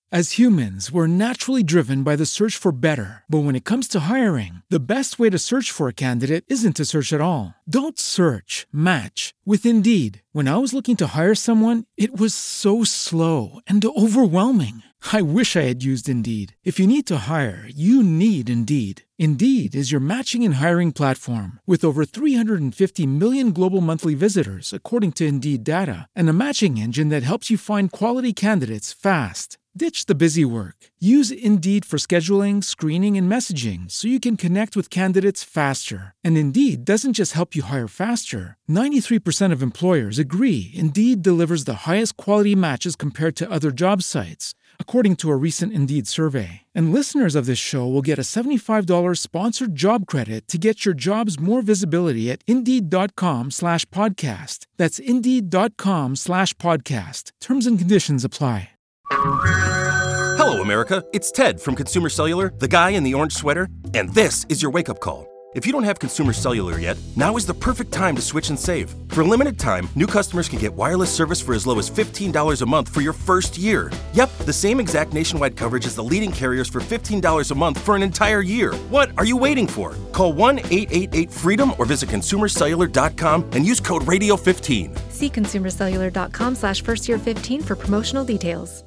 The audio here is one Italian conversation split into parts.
As humans, we're naturally driven by the search for better. But when it comes to hiring, the best way to search for a candidate isn't to search at all. Don't search, match with Indeed. When I was looking to hire someone, it was so slow and overwhelming. I wish I had used Indeed. If you need to hire, you need Indeed. Indeed is your matching and hiring platform with over 350 million global monthly visitors, according to Indeed data, and a matching engine that helps you find quality candidates fast. Ditch the busy work. Use Indeed for scheduling, screening, and messaging so you can connect with candidates faster. And Indeed doesn't just help you hire faster. 93% of employers agree Indeed delivers the highest quality matches compared to other job sites, according to a recent Indeed survey. And listeners of this show will get a $75 sponsored job credit to get your jobs more visibility at Indeed.com/podcast. That's Indeed.com/podcast. Terms and conditions apply. Hello, America. It's Ted from Consumer Cellular, the guy in the orange sweater, and this is your wake-up call. If you don't have Consumer Cellular yet, now is the perfect time to switch and save. For a limited time, new customers can get wireless service for as low as $15 a month for your first year. Yep, the same exact nationwide coverage as the leading carriers for $15 a month for an entire year. What are you waiting for? Call 1-888-FREEDOM or visit consumercellular.com and use code RADIO15. See consumercellular.com/firstyear15 for promotional details.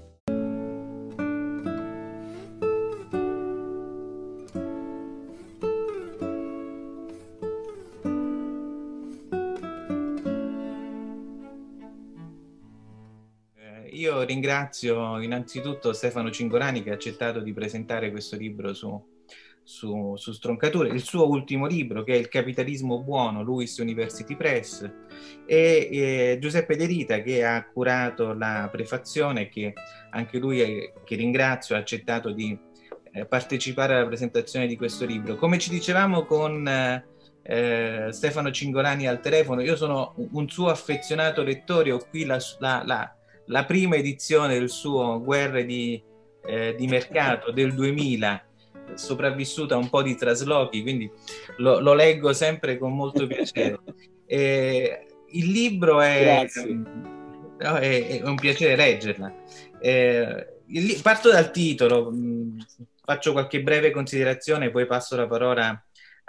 Io ringrazio innanzitutto Stefano Cingolani che ha accettato di presentare questo libro su Stroncature, il suo ultimo libro che è Il capitalismo buono, Luiss University Press, e Giuseppe De Rita che ha curato la prefazione, che anche lui, che ringrazio, ha accettato di partecipare alla presentazione di questo libro. Come ci dicevamo con Stefano Cingolani al telefono, io sono un suo affezionato lettore, ho qui la prima edizione del suo Guerre di mercato del 2000, sopravvissuta a un po' di traslochi, quindi lo leggo sempre con molto piacere. Il libro è un piacere leggerla. Parto dal titolo, faccio qualche breve considerazione, poi passo la parola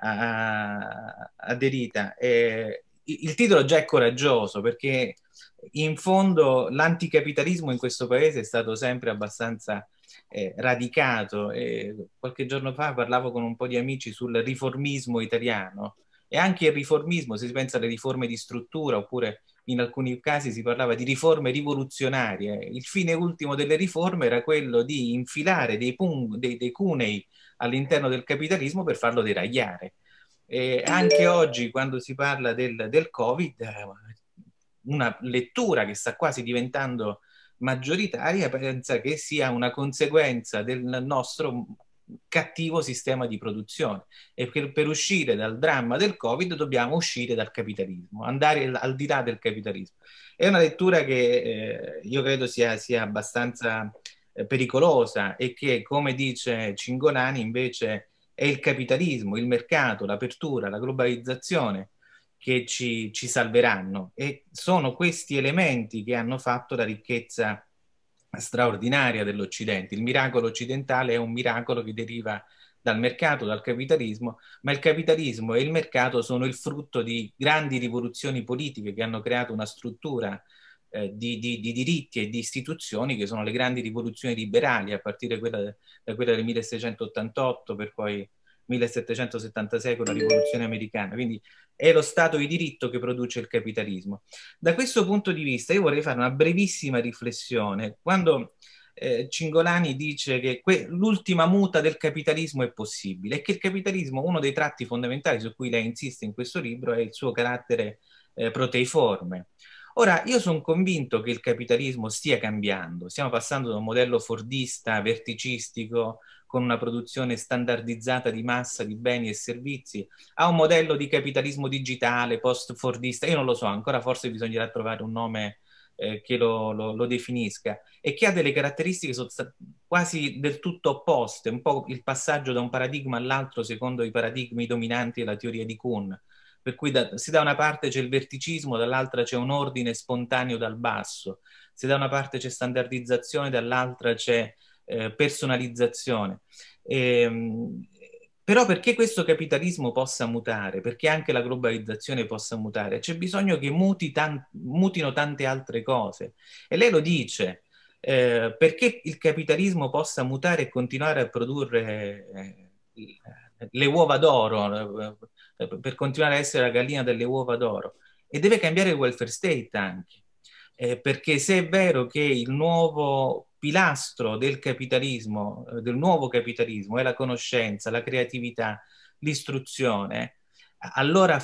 a De Rita. Il titolo già è coraggioso perché in fondo l'anticapitalismo in questo paese è stato sempre abbastanza radicato. Qualche giorno fa parlavo con un po' di amici sul riformismo italiano, e anche il riformismo, se si pensa alle riforme di struttura, oppure in alcuni casi si parlava di riforme rivoluzionarie. Il fine ultimo delle riforme era quello di infilare dei cunei all'interno del capitalismo per farlo deragliare. Anche oggi, quando si parla del Covid, una lettura che sta quasi diventando maggioritaria pensa che sia una conseguenza del nostro cattivo sistema di produzione, e per uscire dal dramma del Covid dobbiamo uscire dal capitalismo, andare al di là del capitalismo. È una lettura che io credo sia abbastanza pericolosa, e che, come dice Cingolani, invece è il capitalismo, il mercato, l'apertura, la globalizzazione che ci salveranno, e sono questi elementi che hanno fatto la ricchezza straordinaria dell'Occidente. Il miracolo occidentale è un miracolo che deriva dal mercato, dal capitalismo, ma il capitalismo e il mercato sono il frutto di grandi rivoluzioni politiche che hanno creato una struttura di diritti e di istituzioni che sono le grandi rivoluzioni liberali, a partire da quella del 1688 per poi 1776 con la rivoluzione americana. Quindi è lo Stato di diritto che produce il capitalismo. Da questo punto di vista io vorrei fare una brevissima riflessione. Quando Cingolani dice che l'ultima muta del capitalismo è possibile, e che il capitalismo, uno dei tratti fondamentali su cui lei insiste in questo libro, è il suo carattere proteiforme. Ora, io sono convinto che il capitalismo stia cambiando. Stiamo passando da un modello fordista, verticistico, con una produzione standardizzata di massa di beni e servizi, a un modello di capitalismo digitale, post-fordista. Io non lo so, ancora forse bisognerà trovare un nome che lo definisca, e che ha delle caratteristiche quasi del tutto opposte, un po' il passaggio da un paradigma all'altro secondo i paradigmi dominanti della teoria di Kuhn. Per cui se da una parte c'è il verticismo, dall'altra c'è un ordine spontaneo dal basso, se da una parte c'è standardizzazione, dall'altra c'è personalizzazione. Però perché questo capitalismo possa mutare, perché anche la globalizzazione possa mutare, c'è bisogno che mutino tante altre cose. E lei lo dice, perché il capitalismo possa mutare e continuare a produrre le uova d'oro, per continuare a essere la gallina delle uova d'oro. E deve cambiare il welfare state anche, perché se è vero che il nuovo pilastro del capitalismo, del nuovo capitalismo, è la conoscenza, la creatività, l'istruzione, allora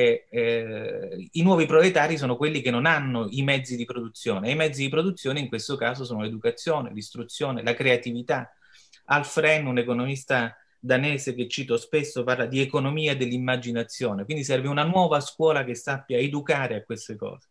i nuovi proletari sono quelli che non hanno i mezzi di produzione. E i mezzi di produzione in questo caso sono l'educazione, l'istruzione, la creatività. Alf Renn, un economista danese che cito spesso, parla di economia dell'immaginazione, quindi serve una nuova scuola che sappia educare a queste cose.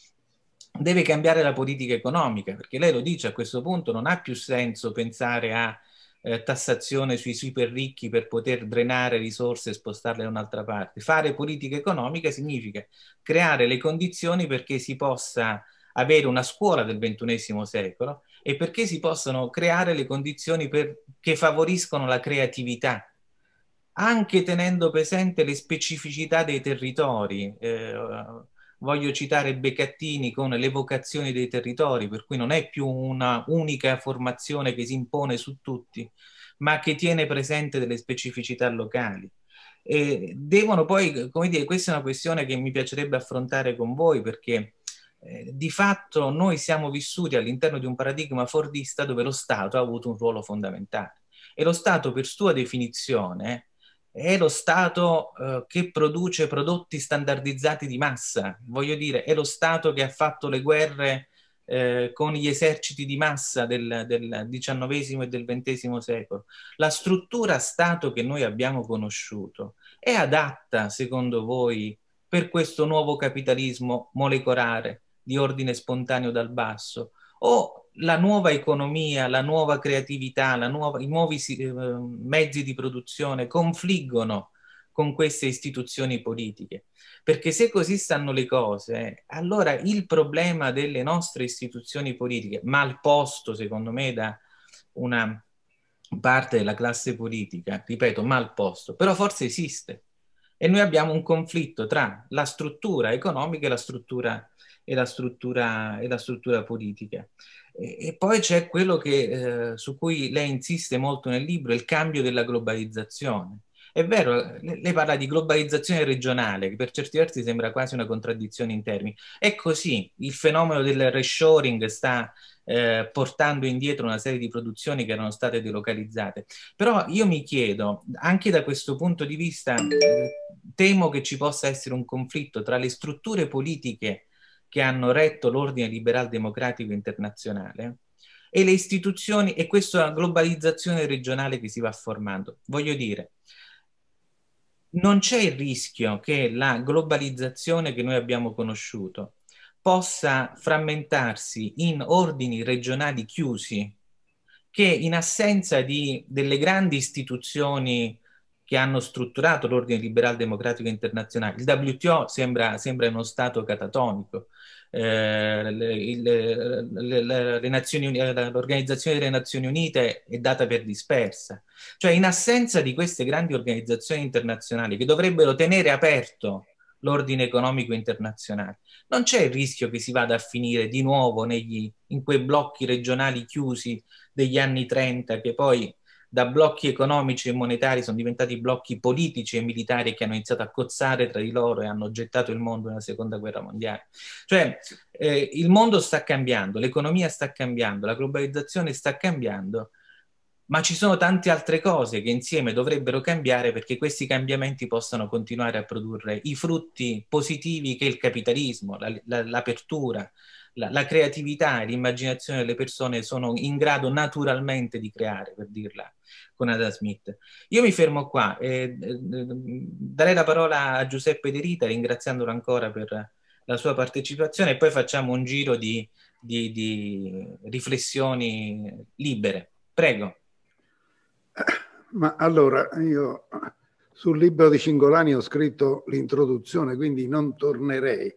Deve cambiare la politica economica, perché lei lo dice, a questo punto non ha più senso pensare a tassazione sui super ricchi per poter drenare risorse e spostarle da un'altra parte. Fare politica economica significa creare le condizioni perché si possa avere una scuola del XXI secolo e perché si possano creare le condizioni che favoriscono la creatività, anche tenendo presente le specificità dei territori. Voglio citare Beccattini con le vocazioni dei territori, per cui non è più una unica formazione che si impone su tutti, ma che tiene presente delle specificità locali. E devono poi, come dire, questa è una questione che mi piacerebbe affrontare con voi, perché di fatto noi siamo vissuti all'interno di un paradigma fordista dove lo Stato ha avuto un ruolo fondamentale. E lo Stato, per sua definizione, è lo Stato che produce prodotti standardizzati di massa. Voglio dire, è lo Stato che ha fatto le guerre con gli eserciti di massa del XIX e del XX secolo. La struttura Stato che noi abbiamo conosciuto è adatta, secondo voi, per questo nuovo capitalismo molecolare di ordine spontaneo dal basso? O la nuova economia, la nuova creatività, i nuovi mezzi di produzione confliggono con queste istituzioni politiche? Perché se così stanno le cose, allora il problema delle nostre istituzioni politiche, mal posto secondo me da una parte della classe politica, ripeto, mal posto, però forse esiste. E noi abbiamo un conflitto tra la struttura economica e la struttura politica. E poi c'è quello su cui lei insiste molto nel libro, il cambio della globalizzazione. È vero, lei parla di globalizzazione regionale, che per certi versi sembra quasi una contraddizione in termini. È così, il fenomeno del reshoring sta portando indietro una serie di produzioni che erano state delocalizzate. Però io mi chiedo, anche da questo punto di vista, temo che ci possa essere un conflitto tra le strutture politiche che hanno retto l'ordine liberal democratico internazionale e le istituzioni e questa globalizzazione regionale che si va formando. Voglio dire, non c'è il rischio che la globalizzazione che noi abbiamo conosciuto possa frammentarsi in ordini regionali chiusi che in assenza delle grandi istituzioni che hanno strutturato l'ordine liberal democratico internazionale, il WTO sembra uno stato catatonico, l'Organizzazione delle Nazioni Unite è data per dispersa. Cioè, in assenza di queste grandi organizzazioni internazionali che dovrebbero tenere aperto l'ordine economico internazionale, non c'è il rischio che si vada a finire di nuovo in quei blocchi regionali chiusi degli anni 30, che poi da blocchi economici e monetari sono diventati blocchi politici e militari che hanno iniziato a cozzare tra di loro e hanno gettato il mondo nella seconda guerra mondiale. Cioè, il mondo sta cambiando, l'economia sta cambiando, la globalizzazione sta cambiando, ma ci sono tante altre cose che insieme dovrebbero cambiare perché questi cambiamenti possano continuare a produrre i frutti positivi che il capitalismo, l'apertura, la creatività e l'immaginazione delle persone sono in grado naturalmente di creare, per dirla con Adam Smith. Io mi fermo qua e darei la parola a Giuseppe De Rita, ringraziandolo ancora per la sua partecipazione, e poi facciamo un giro di riflessioni libere. Prego. Ma allora, io sul libro di Cingolani ho scritto l'introduzione, quindi non tornerei.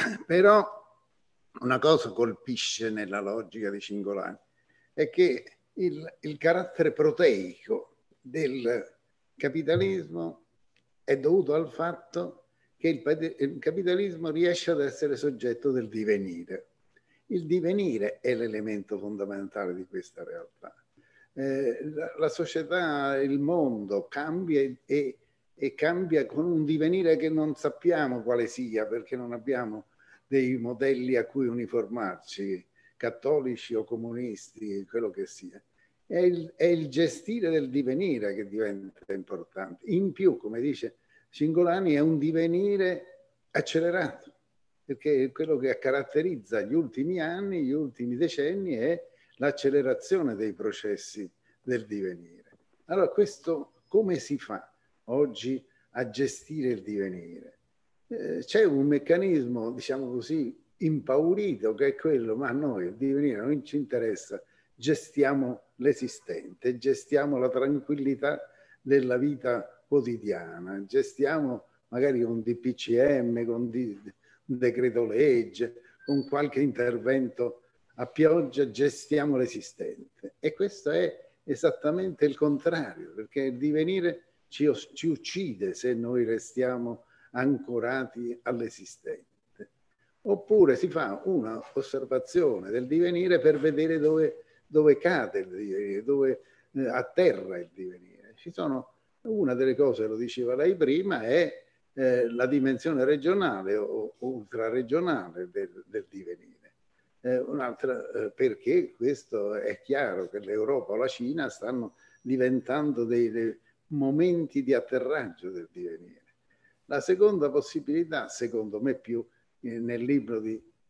Però una cosa colpisce nella logica di Cingolani, è che il carattere proteico del capitalismo è dovuto al fatto che il capitalismo riesce ad essere soggetto del divenire. Il divenire è l'elemento fondamentale di questa realtà. La società, il mondo cambia e cambia con un divenire che non sappiamo quale sia, perché non abbiamo dei modelli a cui uniformarci, cattolici o comunisti, quello che sia. È il gestire del divenire che diventa importante. In più, come dice Cingolani, è un divenire accelerato, perché quello che caratterizza gli ultimi anni, gli ultimi decenni è l'accelerazione dei processi del divenire. Allora, questo come si fa oggi a gestire il divenire? C'è un meccanismo, diciamo così, impaurito, che è quello: ma a noi il divenire non ci interessa, gestiamo l'esistente, gestiamo la tranquillità della vita quotidiana, gestiamo magari con DPCM, con decreto legge, con qualche intervento a pioggia, gestiamo l'esistente. E questo è esattamente il contrario, perché il divenire ci uccide se noi restiamo ancorati all'esistente. Oppure si fa una osservazione del divenire per vedere dove cade il divenire, dove atterra il divenire. Una delle cose, lo diceva lei prima, è la dimensione regionale o ultraregionale del divenire. Un'altra, perché questo è chiaro che l'Europa o la Cina stanno diventando dei momenti di atterraggio del divenire. La seconda possibilità, secondo me più nel libro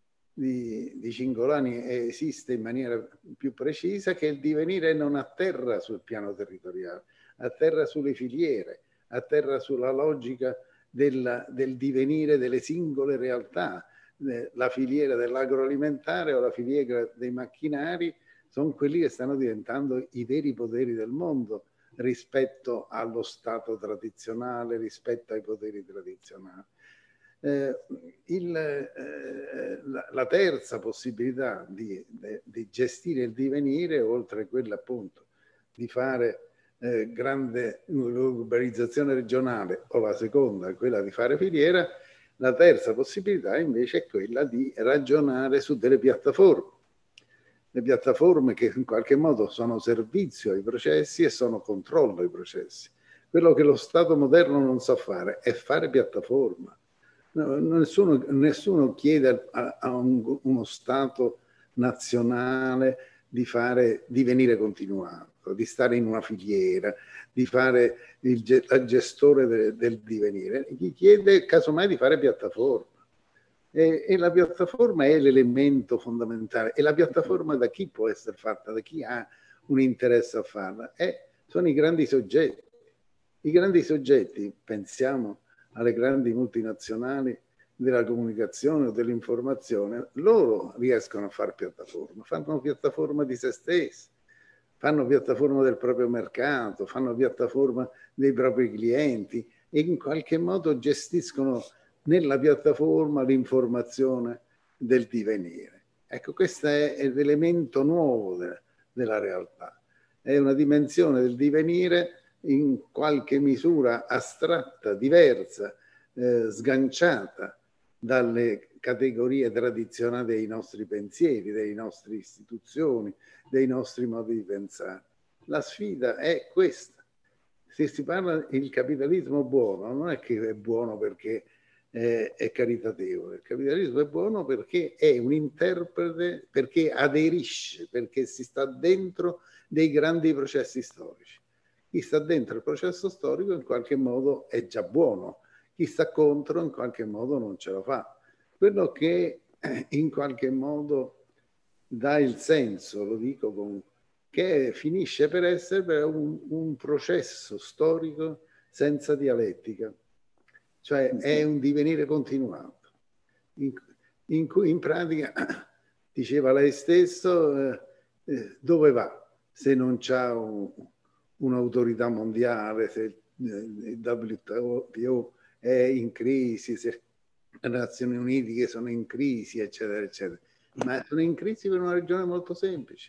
di Cingolani esiste in maniera più precisa, che il divenire non atterra sul piano territoriale, atterra sulle filiere, atterra sulla logica del divenire delle singole realtà. La filiera dell'agroalimentare o la filiera dei macchinari sono quelli che stanno diventando i veri poderi del mondo rispetto allo Stato tradizionale, rispetto ai poteri tradizionali. La terza possibilità di gestire il divenire, oltre a quella appunto di fare grande urbanizzazione regionale, o la seconda, quella di fare filiera, la terza possibilità invece è quella di ragionare su delle piattaforme. Le piattaforme che in qualche modo sono servizio ai processi e sono controllo ai processi. Quello che lo Stato moderno non sa fare è fare piattaforma. Nessuno chiede a uno Stato nazionale di fare divenire continuato, di stare in una filiera, di fare il gestore del divenire. Gli chiede casomai di fare piattaforma. E la piattaforma è l'elemento fondamentale. E la piattaforma da chi può essere fatta? Da chi ha un interesse a farla? Sono i grandi soggetti. I grandi soggetti, pensiamo alle grandi multinazionali della comunicazione o dell'informazione, loro riescono a fare piattaforma, fanno piattaforma di se stessi, fanno piattaforma del proprio mercato, fanno piattaforma dei propri clienti e in qualche modo gestiscono nella piattaforma l'informazione del divenire. Ecco, questo è l'elemento nuovo della realtà. È una dimensione del divenire in qualche misura astratta, diversa, sganciata dalle categorie tradizionali dei nostri pensieri, delle nostre istituzioni, dei nostri modi di pensare. La sfida è questa. Se si parla del capitalismo buono, non è che è buono perché è caritatevole. Il capitalismo è buono perché è un interprete, perché aderisce, perché si sta dentro dei grandi processi storici. Chi sta dentro il processo storico in qualche modo è già buono, chi sta contro in qualche modo non ce la fa. Quello che in qualche modo dà il senso, lo dico che finisce per essere un processo storico senza dialettica, cioè è un divenire continuato, in cui in pratica, diceva lei stesso, dove va se non c'ha un'autorità mondiale, se il WTO è in crisi, se le Nazioni Unite che sono in crisi, eccetera, eccetera. Ma sono in crisi per una ragione molto semplice,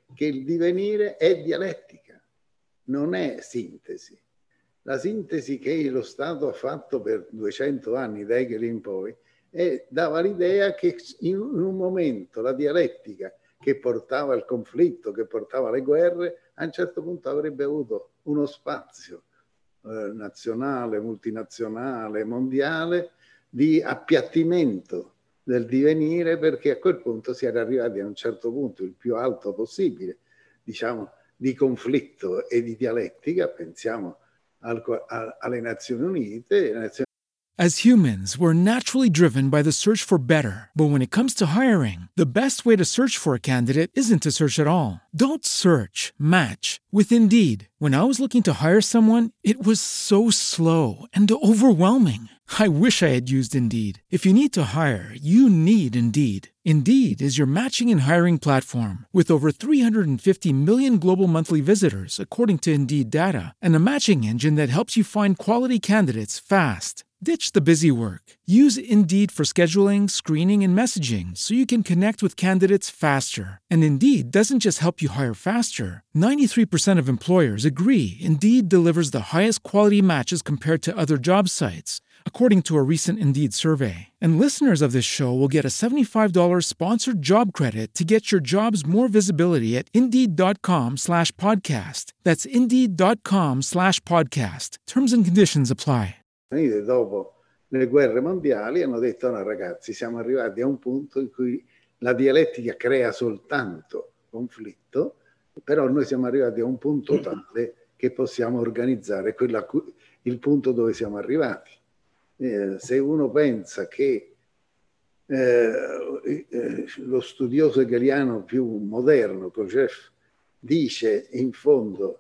che il divenire è dialettica, non è sintesi. La sintesi che lo Stato ha fatto per 200 anni, da Hegel in poi, dava l'idea che in un momento la dialettica che portava al conflitto, che portava alle guerre, a un certo punto avrebbe avuto uno spazio nazionale, multinazionale, mondiale, di appiattimento del divenire, perché a quel punto si era arrivati a un certo punto, il più alto possibile, diciamo, di conflitto e di dialettica. Pensiamo alle Nazioni Unite. As humans, we're naturally driven by the search for better. But when it comes to hiring, the best way to search for a candidate isn't to search at all. Don't search, match with Indeed. When I was looking to hire someone, it was so slow and overwhelming. I wish I had used Indeed. If you need to hire, you need Indeed. Indeed is your matching and hiring platform with over 350 million global monthly visitors, according to Indeed data, and a matching engine that helps you find quality candidates fast. Ditch the busy work. Use Indeed for scheduling, screening, and messaging so you can connect with candidates faster. And Indeed doesn't just help you hire faster. 93% of employers agree Indeed delivers the highest quality matches compared to other job sites, according to a recent Indeed survey. And listeners of this show will get a $75 sponsored job credit to get your jobs more visibility at Indeed.com/podcast. That's Indeed.com/podcast. Terms and conditions apply. Dopo le guerre mondiali hanno detto: no ragazzi, siamo arrivati a un punto in cui la dialettica crea soltanto conflitto, però noi siamo arrivati a un punto tale che possiamo organizzare il punto dove siamo arrivati. Se uno pensa che lo studioso hegeliano più moderno, Kojève, dice in fondo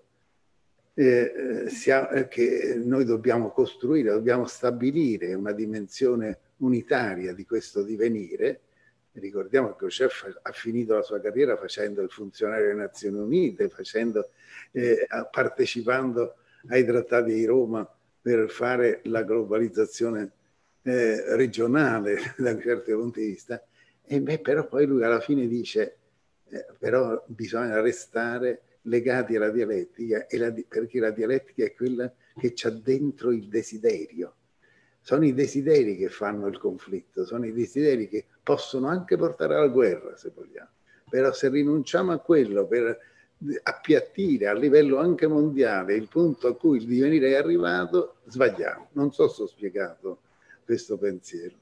che noi dobbiamo costruire, dobbiamo stabilire una dimensione unitaria di questo divenire. Ricordiamo che Kojève ha finito la sua carriera facendo il funzionario delle Nazioni Unite, partecipando ai trattati di Roma per fare la globalizzazione regionale da un certo punto di vista. Però poi lui alla fine dice però bisogna restare legati alla dialettica, perché la dialettica è quella che c'ha dentro il desiderio. Sono i desideri che fanno il conflitto, sono i desideri che possono anche portare alla guerra, se vogliamo. Però se rinunciamo a quello per appiattire a livello anche mondiale il punto a cui il divenire è arrivato, sbagliamo. Non so se ho spiegato questo pensiero.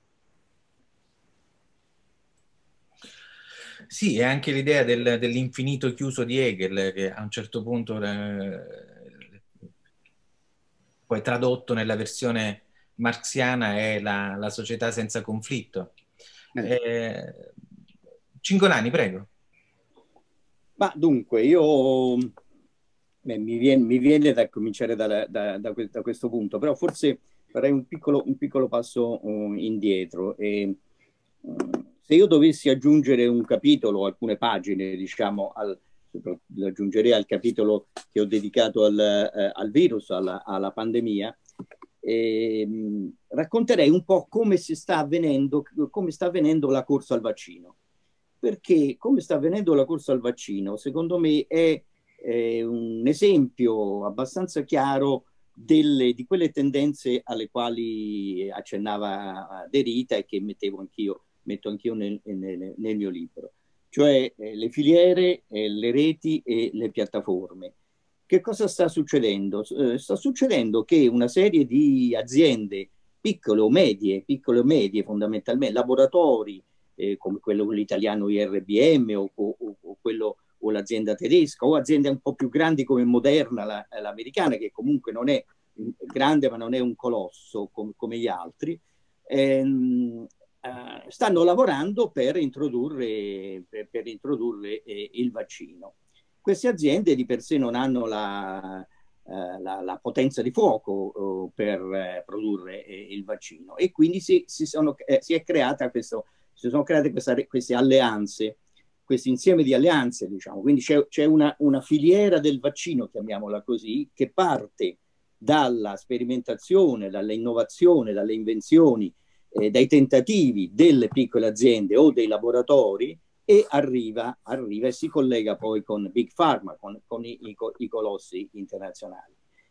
Sì, è anche l'idea dell'infinito chiuso di Hegel, che a un certo punto poi tradotto nella versione marxiana è la società senza conflitto. Cingolani, prego. Ma dunque, mi viene da cominciare da questo punto, però forse farei un piccolo passo indietro. Se io dovessi aggiungere un capitolo, alcune pagine, diciamo, lo aggiungerei al capitolo che ho dedicato al virus, alla pandemia, racconterei un po' come sta avvenendo la corsa al vaccino. Perché come sta avvenendo la corsa al vaccino, secondo me è un esempio abbastanza chiaro di quelle tendenze alle quali accennava De Rita e che metto anch'io nel mio libro, cioè le filiere, le reti e le piattaforme. Che cosa sta succedendo? Sta succedendo che una serie di aziende piccole o medie fondamentalmente, laboratori come quello l'italiano IRBM o l'azienda tedesca, o aziende un po' più grandi come Moderna, l'americana, che comunque non è grande ma non è un colosso come gli altri, stanno lavorando per introdurre il vaccino. Queste aziende di per sé non hanno la potenza di fuoco per produrre il vaccino, e quindi si sono create queste alleanze, questo insieme di alleanze, diciamo. Quindi c'è una filiera del vaccino, chiamiamola così, che parte dalla sperimentazione, dall'innovazione, dalle invenzioni, dai tentativi delle piccole aziende o dei laboratori, e arriva e si collega poi con Big Pharma, con i colossi internazionali.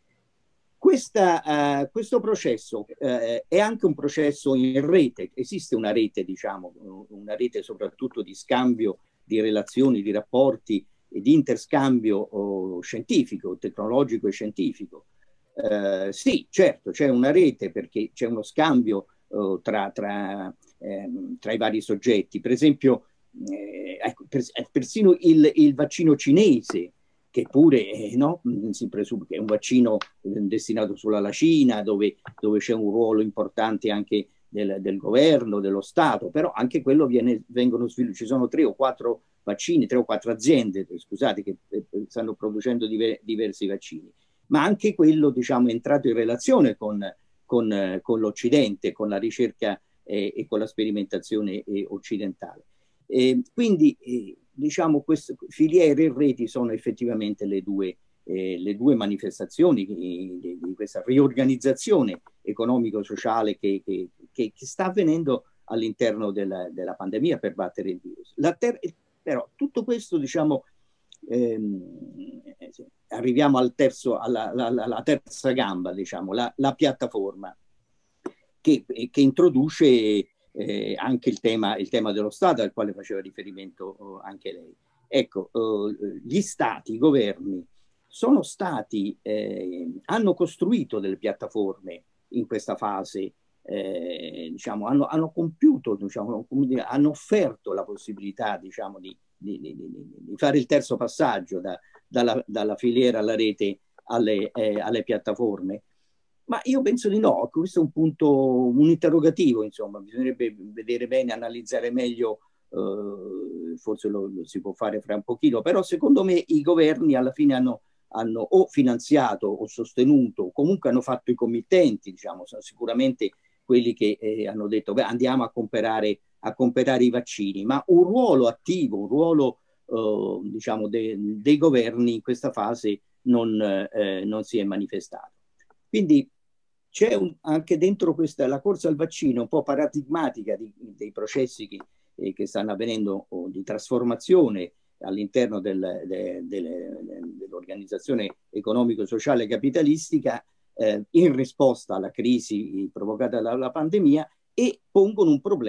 Questo processo è anche un processo in rete, esiste una rete, diciamo, una rete soprattutto di scambio di relazioni, di rapporti e di interscambio scientifico, tecnologico e scientifico. Sì, certo, c'è una rete perché c'è uno scambio tra i vari soggetti. Per esempio, ecco, persino il vaccino cinese, che pure no, si presume che è un vaccino destinato solo alla Cina, dove c'è un ruolo importante anche del governo, dello Stato, però anche quello vengono sviluppati. Ci sono 3 o 4 vaccini, 3 o 4 aziende, scusate, che stanno producendo diversi vaccini, ma anche quello, diciamo, è entrato in relazione con l'Occidente, con la ricerca e con la sperimentazione occidentale. Quindi diciamo, queste filiere e reti sono effettivamente le due manifestazioni di questa riorganizzazione economico-sociale che sta avvenendo all'interno della pandemia per battere il virus. Però tutto questo, diciamo, arriviamo alla terza gamba, diciamo, la piattaforma che introduce anche il tema dello Stato, al quale faceva riferimento anche lei. Ecco, gli stati, i governi, sono stati, hanno costruito delle piattaforme in questa fase, diciamo, hanno compiuto, diciamo, hanno offerto la possibilità, diciamo, di fare il terzo passaggio dalla filiera alla rete alle piattaforme. Ma io penso di no, questo è un interrogativo, insomma, bisognerebbe vedere bene, analizzare meglio, forse lo si può fare fra un pochino, però secondo me i governi alla fine hanno o finanziato o sostenuto, o comunque hanno fatto i committenti, diciamo, sono sicuramente quelli che hanno detto beh, andiamo a comprare i vaccini, ma un ruolo attivo, un ruolo diciamo dei governi in questa fase non si è manifestato. Quindi c'è anche dentro la corsa al vaccino un po' paradigmatica dei processi che stanno avvenendo di trasformazione all'interno dell'organizzazione economico-sociale capitalistica in risposta alla crisi provocata dalla pandemia, e pongono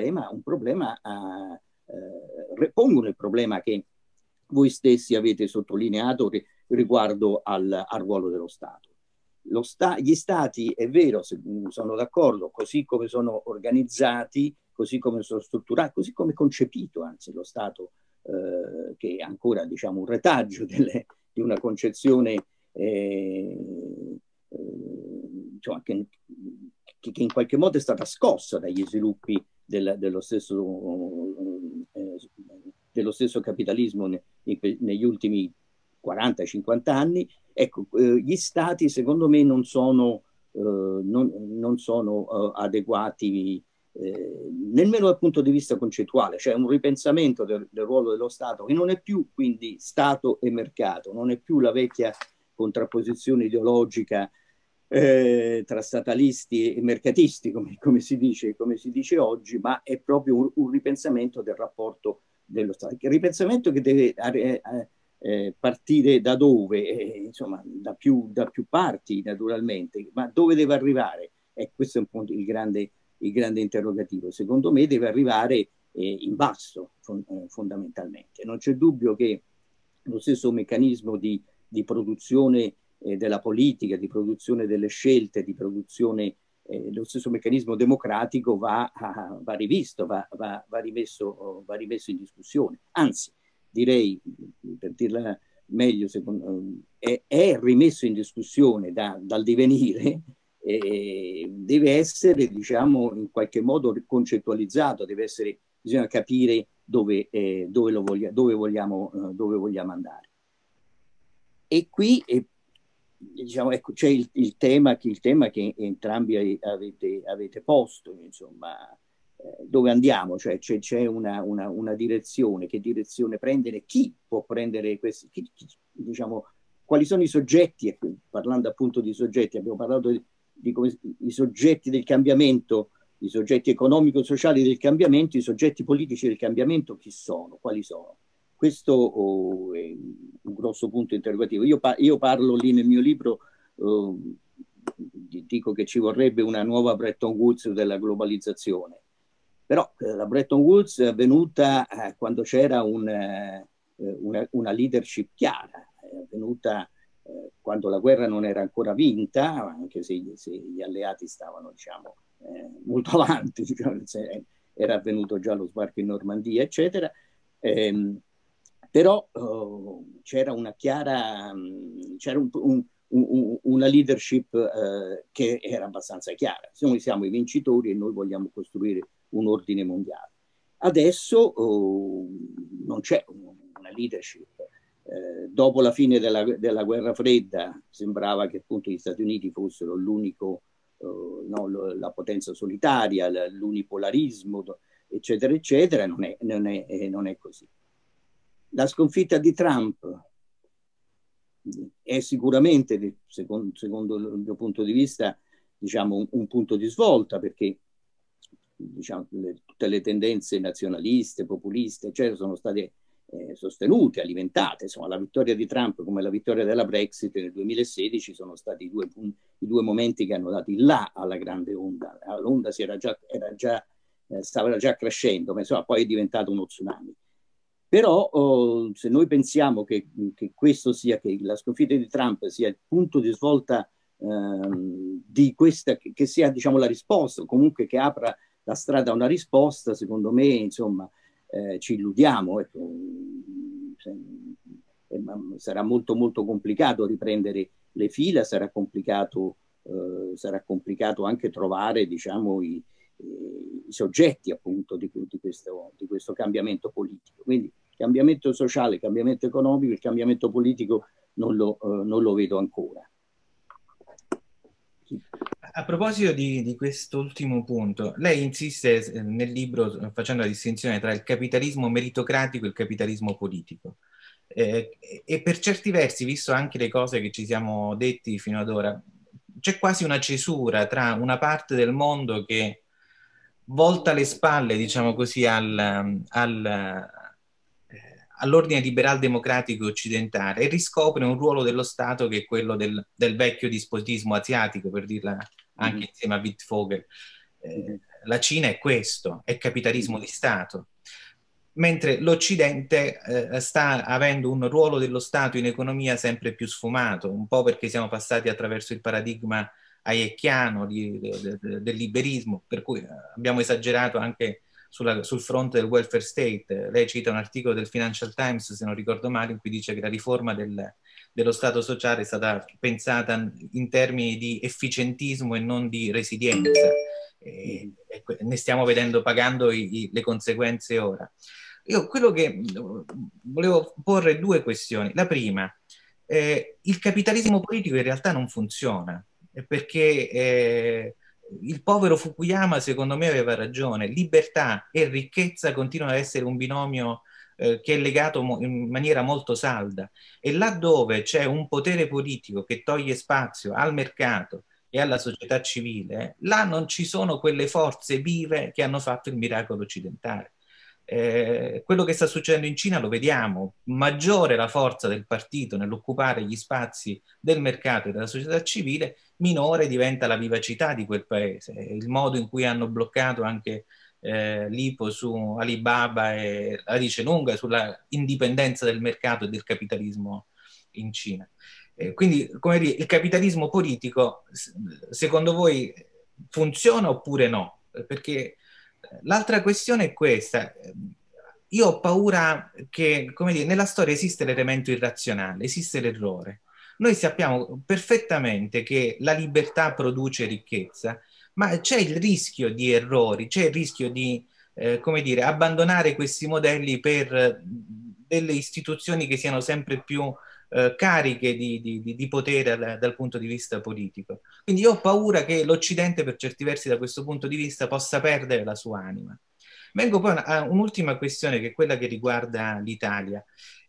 pongono il problema che voi stessi avete sottolineato riguardo al ruolo dello Stato. Gli stati, è vero, sono d'accordo, così come sono organizzati, così come sono strutturati, così come concepito, anzi, lo Stato, che è ancora, diciamo, un retaggio di una concezione insomma, che in qualche modo è stata scossa dagli sviluppi dello stesso capitalismo negli ultimi 40-50 anni. Ecco, gli stati secondo me non sono adeguati nemmeno dal punto di vista concettuale, cioè un ripensamento del ruolo dello Stato che non è più quindi Stato e mercato, non è più la vecchia contrapposizione ideologica tra statalisti e mercatisti, come si dice oggi, ma è proprio un ripensamento del rapporto dello Stato. Il ripensamento che deve partire da dove? Insomma, da più parti, naturalmente, ma dove deve arrivare? Questo è un po' il grande interrogativo. Secondo me deve arrivare in basso, fondamentalmente. Non c'è dubbio che lo stesso meccanismo di produzione della politica, di produzione delle scelte, di produzione, lo stesso meccanismo democratico va rivisto, va rimesso in discussione. Anzi, direi, per dirla meglio, è rimesso in discussione dal divenire, deve essere, diciamo, in qualche modo concettualizzato, bisogna capire dove vogliamo andare. E qui diciamo, ecco, c'è il tema che entrambi avete posto, insomma, dove andiamo, cioè c'è una direzione, che direzione prendere, chi può prendere questi, diciamo, quali sono i soggetti, parlando appunto di soggetti, abbiamo parlato di come i soggetti del cambiamento i soggetti economico-sociali del cambiamento, i soggetti politici del cambiamento chi sono, quali sono. Questo è un grosso punto interrogativo. Io parlo lì nel mio libro, dico che ci vorrebbe una nuova Bretton Woods della globalizzazione, però la Bretton Woods è avvenuta quando c'era una leadership chiara, è avvenuta quando la guerra non era ancora vinta, anche se gli alleati stavano, diciamo, molto avanti, diciamo, era avvenuto già lo sbarco in Normandia, eccetera. Però c'era una chiara, c'era una leadership che era abbastanza chiara. Noi siamo i vincitori e noi vogliamo costruire un ordine mondiale. Adesso non c'è una leadership. Dopo la fine della guerra fredda sembrava che appunto gli Stati Uniti fossero l'unico, la potenza solitaria, l'unipolarismo, eccetera, eccetera. Non è così. La sconfitta di Trump è sicuramente, secondo il mio punto di vista, diciamo, un punto di svolta, perché diciamo, tutte le tendenze nazionaliste, populiste, eccetera, sono state sostenute, alimentate. Insomma, la vittoria di Trump come la vittoria della Brexit nel 2016 sono stati i due momenti che hanno dato il là alla grande onda. L'onda stava già crescendo, ma insomma, poi è diventato uno tsunami. Però se noi pensiamo che questo sia, che la sconfitta di Trump sia il punto di svolta di questa, che sia, diciamo, la risposta, o comunque che apra la strada a una risposta, secondo me, insomma, ci illudiamo. Ecco. Sarà molto molto complicato riprendere le fila, sarà complicato anche trovare, diciamo, i soggetti appunto di questo cambiamento politico. Quindi cambiamento sociale, cambiamento economico, il cambiamento politico non lo vedo ancora. A proposito di quest'ultimo punto, lei insiste nel libro facendo la distinzione tra il capitalismo meritocratico e il capitalismo politico. E per certi versi, visto anche le cose che ci siamo detti fino ad ora, c'è quasi una cesura tra una parte del mondo che volta le spalle, diciamo così, all'ordine liberal democratico occidentale e riscopre un ruolo dello Stato che è quello del vecchio dispotismo asiatico, per dirla anche insieme a Wittfogel. La Cina è questo, è capitalismo di Stato, mentre l'Occidente sta avendo un ruolo dello Stato in economia sempre più sfumato, un po' perché siamo passati attraverso il paradigma hayeckiano del liberismo, per cui abbiamo esagerato anche sul fronte del welfare state. Lei cita un articolo del Financial Times, se non ricordo male, in cui dice che la riforma dello Stato sociale è stata pensata in termini di efficientismo e non di resilienza. E ne stiamo pagando le conseguenze ora. Io quello che volevo porre due questioni. La prima, il capitalismo politico in realtà non funziona, perché il povero Fukuyama secondo me aveva ragione. Libertà e ricchezza continuano ad essere un binomio che è legato in maniera molto salda, e laddove c'è un potere politico che toglie spazio al mercato e alla società civile, là non ci sono quelle forze vive che hanno fatto il miracolo occidentale. Quello che sta succedendo in Cina lo vediamo: maggiore la forza del partito nell'occupare gli spazi del mercato e della società civile, minore diventa la vivacità di quel paese. Il modo in cui hanno bloccato anche l'IPO su Alibaba la dice lunga sulla indipendenza del mercato e del capitalismo in Cina. Quindi, come dire, il capitalismo politico, secondo voi, funziona oppure no? Perché l'altra questione è questa. Io ho paura che, come dire, nella storia esiste l'elemento irrazionale, esiste l'errore. Noi sappiamo perfettamente che la libertà produce ricchezza, ma c'è il rischio di errori, c'è il rischio di, come dire, abbandonare questi modelli per delle istituzioni che siano sempre più cariche di potere dal punto di vista politico. Quindi io ho paura che l'Occidente, per certi versi, da questo punto di vista, possa perdere la sua anima. Vengo poi a un'ultima questione, che è quella che riguarda l'Italia.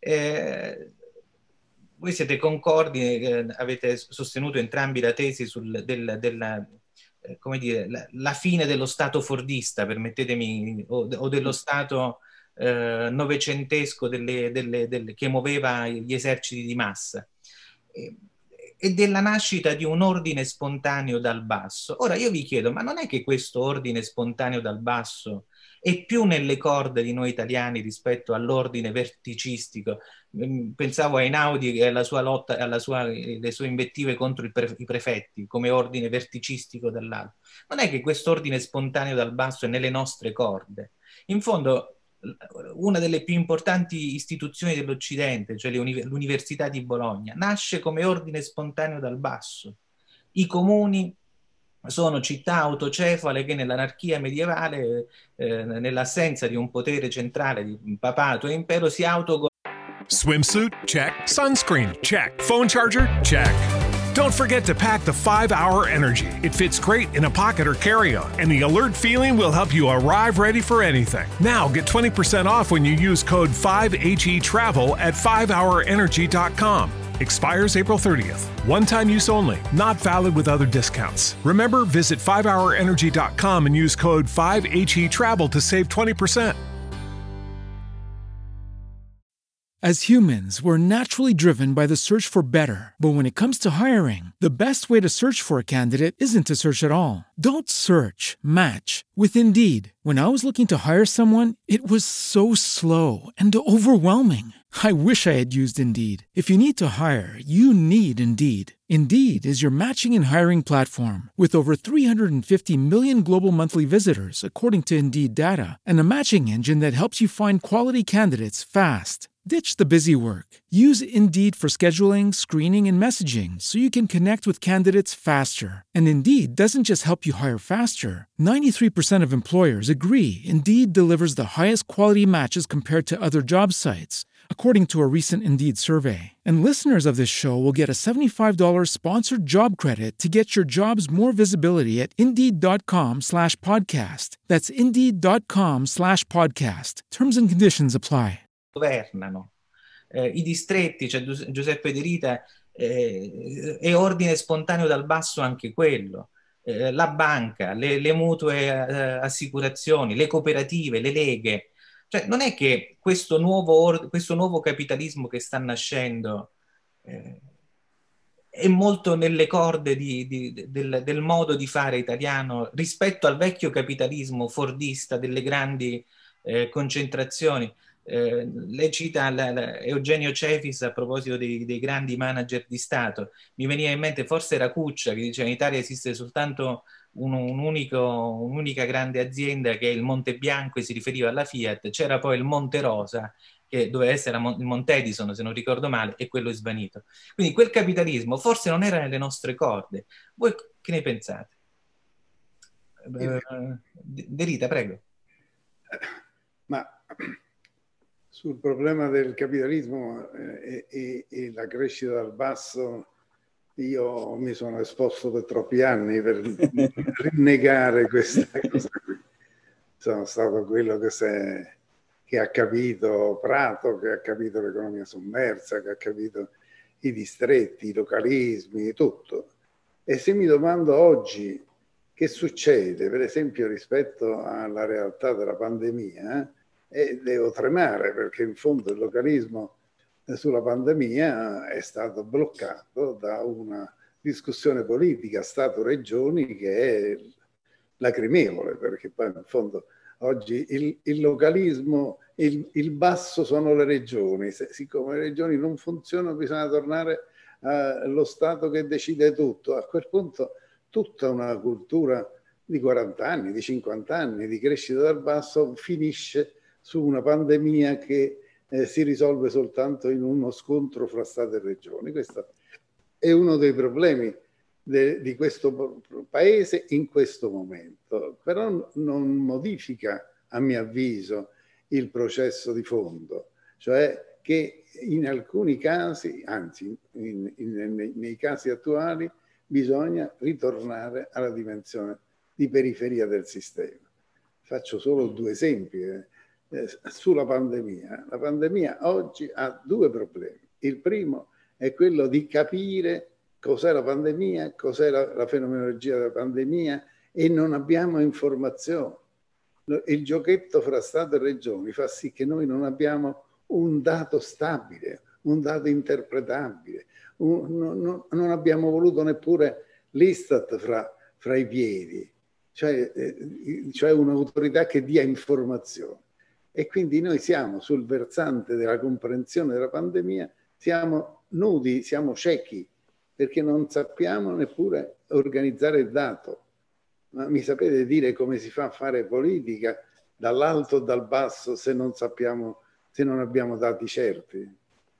Voi siete concordi, avete sostenuto entrambi la tesi come dire, la fine dello Stato fordista, permettetemi, o dello Stato novecentesco che muoveva gli eserciti di massa, e della nascita di un ordine spontaneo dal basso. Ora io vi chiedo, ma non è che questo ordine spontaneo dal basso è più nelle corde di noi italiani rispetto all'ordine verticistico? Pensavo a Einaudi e alla sua lotta, alle sue invettive contro i prefetti come ordine verticistico dall'alto. Non è che questo ordine spontaneo dal basso è nelle nostre corde? In fondo, una delle più importanti istituzioni dell'Occidente, cioè l'Università di Bologna, nasce come ordine spontaneo dal basso. I comuni sono città autocefale che nell'anarchia medievale, nell'assenza di un potere centrale, di papato e impero, si autogovernano. Swimsuit? Check. Sunscreen? Check. Phone charger? Check. Don't forget to pack the 5-Hour Energy. It fits great in a pocket or carry-on, and the alert feeling will help you arrive ready for anything. Now get 20% off when you use code 5HETRAVEL at 5hourenergy.com. Expires April 30th. One-time use only. Not valid with other discounts. Remember, visit 5hourenergy.com and use code 5HETRAVEL to save 20%. As humans, we're naturally driven by the search for better. But when it comes to hiring, the best way to search for a candidate isn't to search at all. Don't search, match with Indeed. When I was looking to hire someone, it was so slow and overwhelming. I wish I had used Indeed. If you need to hire, you need Indeed. Indeed is your matching and hiring platform with over 350 million global monthly visitors, according to Indeed data, and a matching engine that helps you find quality candidates fast. Ditch the busy work. Use Indeed for scheduling, screening, and messaging so you can connect with candidates faster. And Indeed doesn't just help you hire faster. 93% of employers agree Indeed delivers the highest quality matches compared to other job sites, according to a recent Indeed survey. And listeners of this show will get a $75 sponsored job credit to get your jobs more visibility at Indeed.com/podcast. That's Indeed.com/podcast. Terms and conditions apply. Governano i distretti, cioè Giuseppe De Rita, è ordine spontaneo dal basso anche quello. La banca, le mutue assicurazioni, le cooperative, le leghe. Cioè, non è che questo nuovo capitalismo che sta nascendo è molto nelle corde del modo di fare italiano rispetto al vecchio capitalismo fordista delle grandi concentrazioni. Lei cita Eugenio Cefis a proposito dei grandi manager di Stato. Mi veniva in mente, forse era Cuccia, che diceva in Italia esiste soltanto un'unica grande azienda che è il Monte Bianco, e si riferiva alla Fiat. C'era poi il Monte Rosa, che doveva essere il Monte Edison, se non ricordo male, e quello è svanito. Quindi quel capitalismo forse non era nelle nostre corde. Voi che ne pensate? De Rita, prego. Ma sul problema del capitalismo e la crescita dal basso, io mi sono esposto per troppi anni per rinnegare questa cosa qui. Sono stato quello che ha capito Prato, che ha capito l'economia sommersa, che ha capito i distretti, i localismi, tutto. E se mi domando oggi che succede, per esempio, rispetto alla realtà della pandemia, e devo tremare, perché in fondo il localismo sulla pandemia è stato bloccato da una discussione politica Stato-Regioni che è lacrimevole, perché poi in fondo oggi il localismo, il basso sono le regioni. Siccome le regioni non funzionano, bisogna tornare allo Stato che decide tutto. A quel punto tutta una cultura di 40 anni, di 50 anni di crescita dal basso finisce su una pandemia che si risolve soltanto in uno scontro fra Stato e Regioni. Questo è uno dei problemi di questo paese in questo momento, però non modifica, a mio avviso, il processo di fondo, cioè che in alcuni casi, anzi nei casi attuali, bisogna ritornare alla dimensione di periferia del sistema. Faccio solo due esempi. Sulla pandemia. La pandemia oggi ha due problemi. Il primo è quello di capire cos'è la pandemia, cos'è la fenomenologia della pandemia e non abbiamo informazioni. Il giochetto fra Stato e Regioni fa sì che noi non abbiamo un dato stabile, un dato interpretabile. Non abbiamo voluto neppure l'Istat fra i piedi, cioè un'autorità che dia informazioni. E quindi noi siamo sul versante della comprensione della pandemia, siamo nudi, siamo ciechi, perché non sappiamo neppure organizzare il dato. Ma mi sapete dire come si fa a fare politica dall'alto o dal basso se non sappiamo, se non abbiamo dati certi?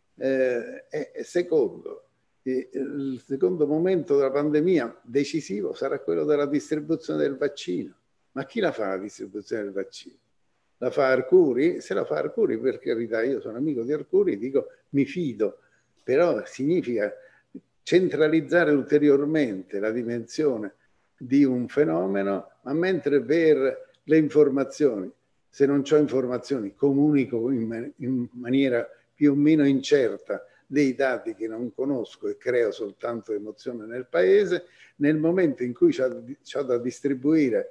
Il secondo momento della pandemia decisivo sarà quello della distribuzione del vaccino. Ma chi la fa la distribuzione del vaccino? La fa Arcuri? Se la fa Arcuri, per carità, io sono amico di Arcuri, dico mi fido, però significa centralizzare ulteriormente la dimensione di un fenomeno, ma mentre per le informazioni, se non ho informazioni, comunico in maniera più o meno incerta dei dati che non conosco e creo soltanto emozione nel paese. Nel momento in cui c'ho da distribuire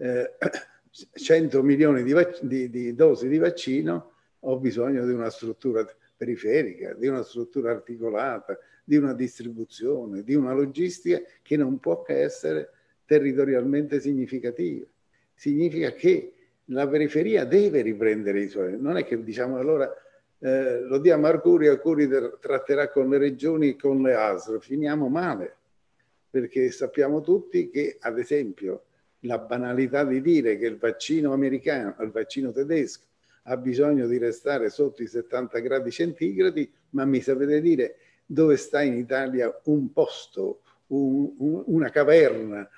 100 milioni di dosi di vaccino, ho bisogno di una struttura periferica, di una struttura articolata, di una distribuzione, di una logistica che non può che essere territorialmente significativa. Significa che la periferia deve riprendere i suoi. Non è che diciamo allora lo diamo a Arcuri, Arcuri tratterà con le regioni e con le ASL. Finiamo male, perché sappiamo tutti che, ad esempio, la banalità di dire che il vaccino americano, il vaccino tedesco, ha bisogno di restare sotto i 70 gradi centigradi, ma mi sapete dire dove sta in Italia un posto, una caverna,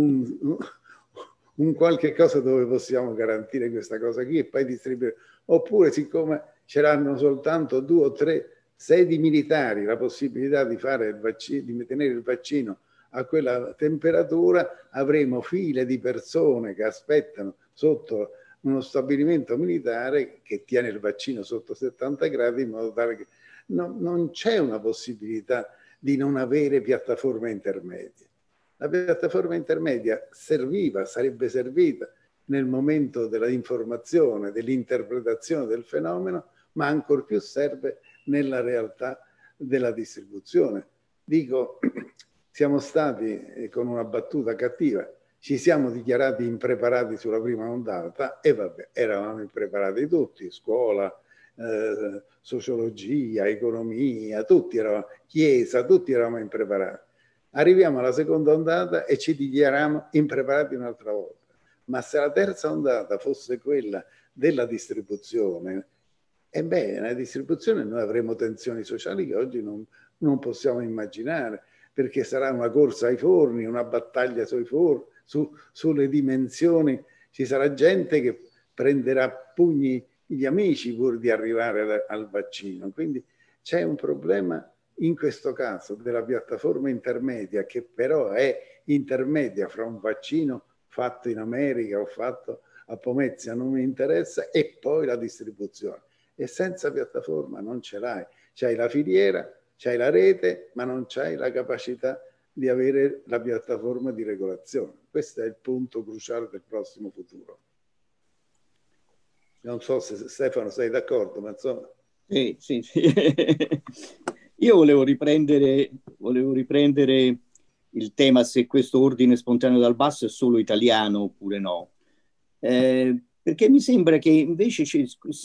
un qualche cosa dove possiamo garantire questa cosa qui e poi distribuire? Oppure, siccome ce l'hanno soltanto 2 o 3 sedi militari la possibilità di fare il vaccino, di tenere il vaccino a quella temperatura, avremo file di persone che aspettano sotto uno stabilimento militare che tiene il vaccino sotto 70 gradi, in modo tale che non c'è una possibilità di non avere piattaforme intermedie. La piattaforma intermedia sarebbe servita nel momento della informazione, dell'interpretazione del fenomeno, ma ancor più serve nella realtà della distribuzione. Dico, siamo stati, con una battuta cattiva, ci siamo dichiarati impreparati sulla prima ondata e vabbè, eravamo impreparati tutti, scuola, sociologia, economia, tutti eravamo, chiesa, tutti eravamo impreparati. Arriviamo alla seconda ondata e ci dichiariamo impreparati un'altra volta. Ma se la terza ondata fosse quella della distribuzione, ebbene, nella distribuzione noi avremo tensioni sociali che oggi non possiamo immaginare, perché sarà una corsa ai forni, una battaglia sui forni, sulle dimensioni. Ci sarà gente che prenderà a pugni gli amici pur di arrivare al vaccino. Quindi c'è un problema in questo caso della piattaforma intermedia, che però è intermedia fra un vaccino fatto in America o fatto a Pomezia, non mi interessa, e poi la distribuzione. E senza piattaforma non ce l'hai. C'hai la filiera, c'hai la rete, ma non c'hai la capacità di avere la piattaforma di regolazione. Questo è il punto cruciale del prossimo futuro. Non so se Stefano sei d'accordo, ma insomma... Sì. Io volevo riprendere il tema se questo ordine spontaneo dal basso è solo italiano oppure no. Perché mi sembra che invece ci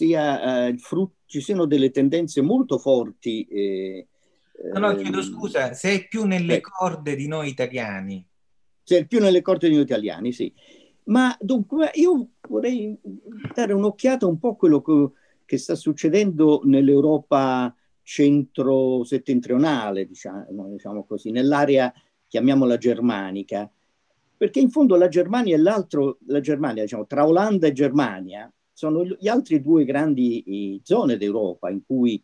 siano delle tendenze molto forti. No, chiedo scusa, se è più nelle corde di noi italiani. Se è più nelle corde di noi italiani, sì. Ma dunque io vorrei dare un'occhiata un po' a quello che sta succedendo nell'Europa centro-settentrionale, diciamo così, nell'area, chiamiamola germanica, perché in fondo la Germania, diciamo, tra Olanda e Germania, sono gli altri 2 grandi zone d'Europa in cui,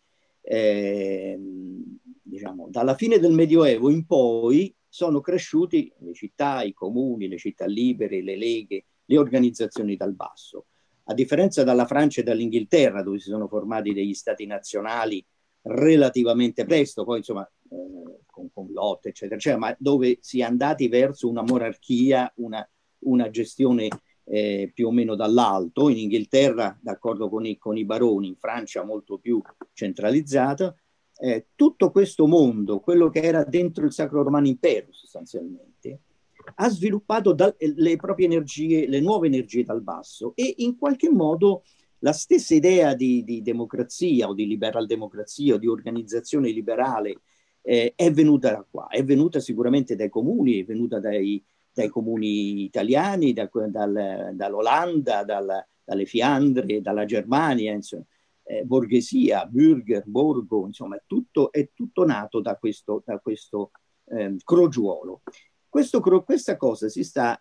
diciamo, dalla fine del Medioevo in poi sono cresciuti le città, i comuni, le città libere, le leghe, le organizzazioni dal basso. A differenza dalla Francia e dall'Inghilterra, dove si sono formati degli stati nazionali relativamente presto, poi insomma con lotte eccetera, ma dove si è andati verso una monarchia, una una gestione più o meno dall'alto, in Inghilterra d'accordo con i baroni, in Francia molto più centralizzata. Tutto questo mondo, quello che era dentro il Sacro Romano Impero sostanzialmente, ha sviluppato le proprie energie, le nuove energie dal basso, e in qualche modo la stessa idea di democrazia o di liberal democrazia o di organizzazione liberale è venuta da qua, è venuta sicuramente dai comuni, è venuta dai comuni italiani, dall'Olanda, dalle Fiandre, dalla Germania, insomma, borghesia, Bürger, borgo, insomma, è tutto nato da questo crogiuolo. Questa cosa si sta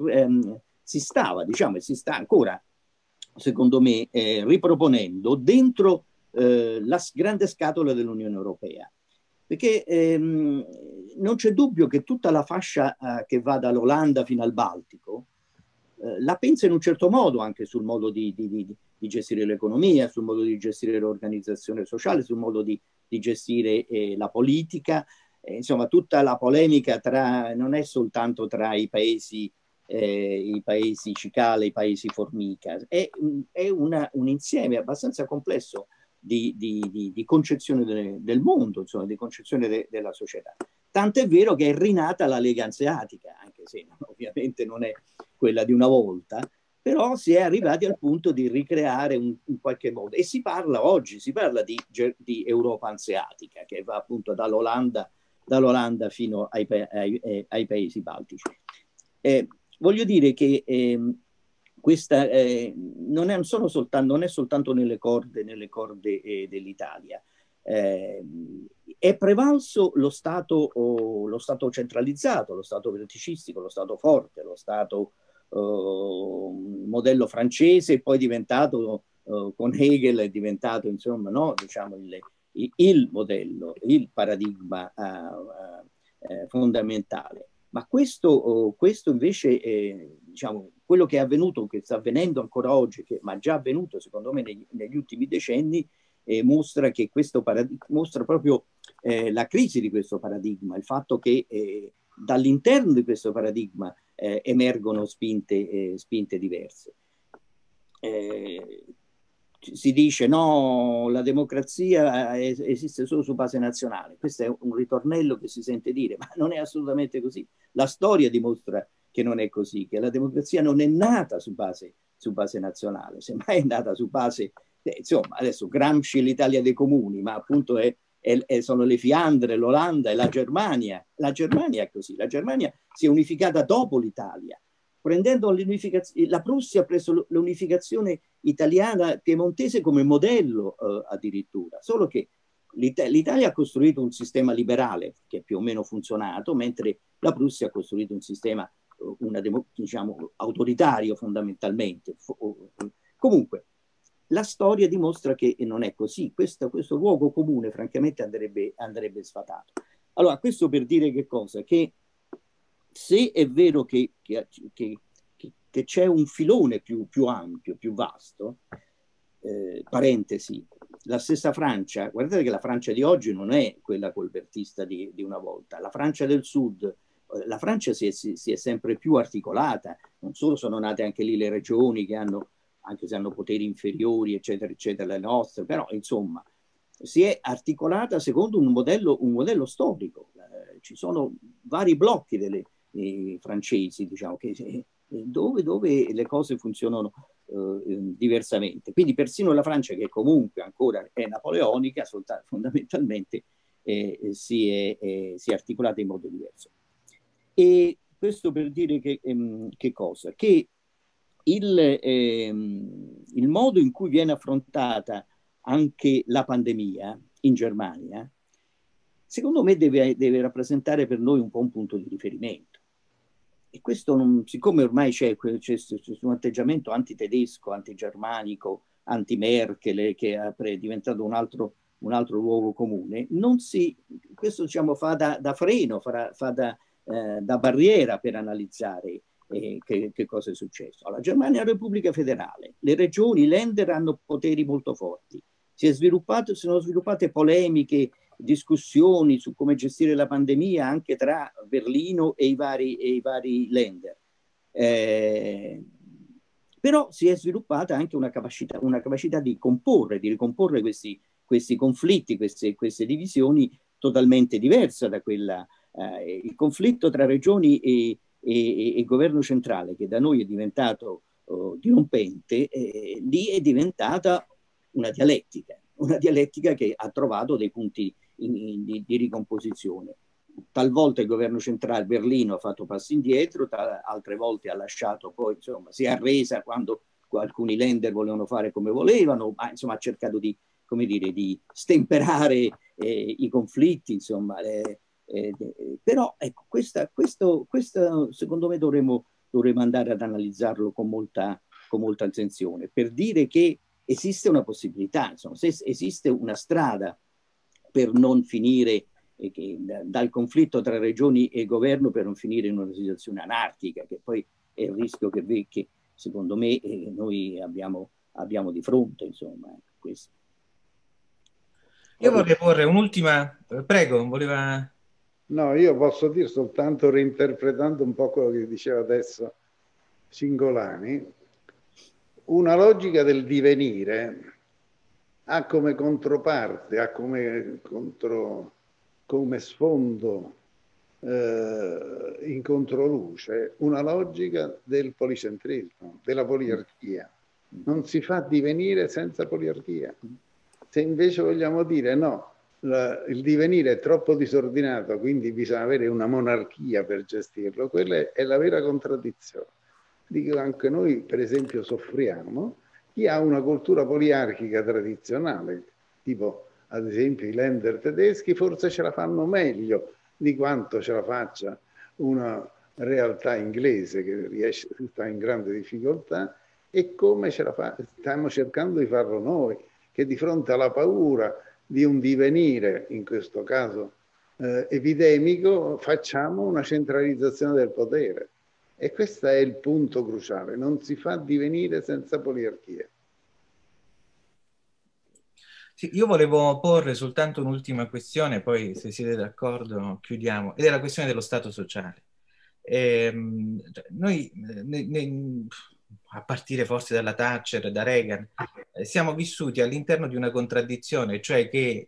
ancora, secondo me, riproponendo dentro la grande scatola dell'Unione Europea. Perché non c'è dubbio che tutta la fascia che va dall'Olanda fino al Baltico la pensa in un certo modo, anche sul modo di gestire l'economia, sul modo di gestire l'organizzazione sociale, sul modo di gestire la politica. Insomma, tutta la polemica non è soltanto tra i paesi cicale, i paesi formica, è un insieme abbastanza complesso di concezione del mondo, insomma, di concezione della società. Tant'è vero che è rinata la Lega Anseatica, anche se ovviamente non è quella di una volta, però si è arrivati al punto di ricreare in qualche modo, e oggi si parla di Europa Anseatica, che va appunto dall'Olanda fino ai paesi baltici. Voglio dire che questa non è soltanto nelle corde dell'Italia. È prevalso lo Stato centralizzato, lo Stato verticistico, lo Stato forte, lo Stato modello francese, e poi diventato con Hegel è diventato, insomma, no, diciamo il modello, il paradigma fondamentale. Ma questo invece, diciamo, quello che è avvenuto, che sta avvenendo ancora oggi, ma già avvenuto secondo me negli ultimi decenni, mostra proprio la crisi di questo paradigma, il fatto che dall'interno di questo paradigma emergono spinte diverse. Si dice no, la democrazia esiste solo su base nazionale. Questo è un ritornello che si sente dire, ma non è assolutamente così. La storia dimostra che non è così, che la democrazia non è nata su base nazionale, semmai è nata su base, insomma, adesso Gramsci è l'Italia dei comuni, ma appunto sono le Fiandre, l'Olanda e la Germania. La Germania è così, la Germania si è unificata dopo l'Italia. Prendendo la Prussia ha preso l'unificazione italiana piemontese come modello addirittura, solo che l'Italia ha costruito un sistema liberale che più o meno funzionato, mentre la Prussia ha costruito un sistema diciamo, autoritario fondamentalmente. Comunque, la storia dimostra che non è così. Questo luogo comune francamente andrebbe sfatato. Allora, questo per dire che cosa? Che se è vero che c'è un filone più ampio, più vasto, parentesi, la stessa Francia, guardate che la Francia di oggi non è quella colbertista di una volta, la Francia del Sud, la Francia si è sempre più articolata, non solo sono nate anche lì le regioni che hanno, anche se hanno poteri inferiori, eccetera, eccetera, le nostre, però insomma si è articolata secondo un modello storico. Ci sono vari blocchi francesi, diciamo, dove le cose funzionano diversamente. Quindi persino la Francia, che comunque ancora è napoleonica, fondamentalmente si è articolata in modo diverso. E questo per dire che cosa? Che il modo in cui viene affrontata anche la pandemia in Germania, secondo me deve rappresentare per noi un po' un punto di riferimento. E questo, siccome ormai c'è un atteggiamento antitedesco, antigermanico, anti-Merkel, che è diventato un altro luogo comune, questo diciamo fa da freno, fa da barriera per analizzare che cosa è successo. La Germania è una repubblica federale, le regioni, i Länder hanno poteri molto forti, sono sviluppate polemiche, discussioni su come gestire la pandemia anche tra Berlino e i vari Länder. Però si è sviluppata anche una capacità di ricomporre questi conflitti, queste divisioni totalmente diversa da quella. Il conflitto tra regioni e governo centrale, che da noi è diventato dirompente, lì è diventata una dialettica che ha trovato dei punti di ricomposizione. Talvolta il governo centrale Berlino ha fatto passi indietro, altre volte ha lasciato, poi insomma si è arresa quando alcuni Länder volevano fare come volevano, ma insomma ha cercato di, come dire, di stemperare i conflitti, insomma. Però ecco, questo secondo me dovremmo andare ad analizzarlo con molta attenzione, per dire che esiste una possibilità, insomma, se esiste una strada per non finire dal conflitto tra regioni e governo, per non finire in una situazione anarchica, che poi è il rischio che secondo me noi abbiamo di fronte, insomma, questo. Io vorrei porre un'ultima, prego, voleva... No, io posso dire soltanto, reinterpretando un po' quello che diceva adesso Cingolani, una logica del divenire ha come controparte, ha come sfondo in controluce una logica del policentrismo, della poliarchia. Non si fa divenire senza poliarchia. Se invece vogliamo dire no, il divenire è troppo disordinato, quindi bisogna avere una monarchia per gestirlo, quella è la vera contraddizione. Dico, anche noi per esempio soffriamo, chi ha una cultura poliarchica tradizionale, tipo ad esempio i Länder tedeschi, forse ce la fanno meglio di quanto ce la faccia una realtà inglese che sta in grande difficoltà, e come ce la fa, stiamo cercando di farlo noi, che di fronte alla paura di un divenire, in questo caso epidemico, facciamo una centralizzazione del potere. E questo è il punto cruciale, non si fa divenire senza poliarchia. Sì, io volevo porre soltanto un'ultima questione, poi se siete d'accordo chiudiamo, ed è la questione dello Stato sociale. Noi, a partire forse dalla Thatcher, da Reagan, siamo vissuti all'interno di una contraddizione, cioè che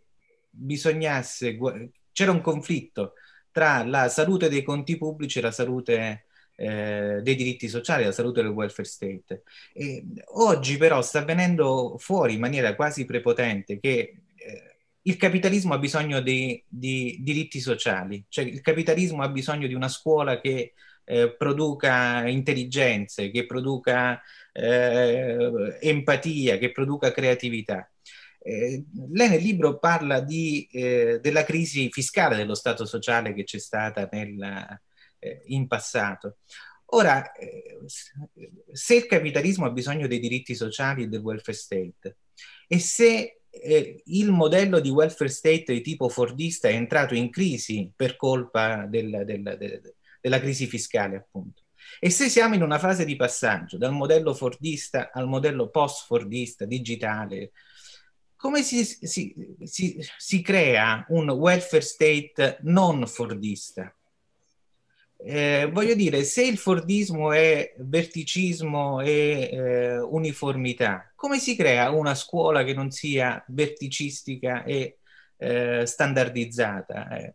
c'era un conflitto tra la salute dei conti pubblici e la salute dei diritti sociali, la salute del welfare state. Oggi però sta venendo fuori in maniera quasi prepotente che il capitalismo ha bisogno di diritti sociali, cioè il capitalismo ha bisogno di una scuola che produca intelligenze, che produca empatia, che produca creatività. Lei nel libro parla della crisi fiscale dello Stato sociale che c'è stata in passato. Ora, se il capitalismo ha bisogno dei diritti sociali e del welfare state, e se il modello di welfare state di tipo fordista è entrato in crisi per colpa della crisi fiscale, appunto, e se siamo in una fase di passaggio dal modello fordista al modello post-fordista, digitale, come si crea un welfare state non fordista? Voglio dire, se il fordismo è verticismo e uniformità, come si crea una scuola che non sia verticistica e standardizzata?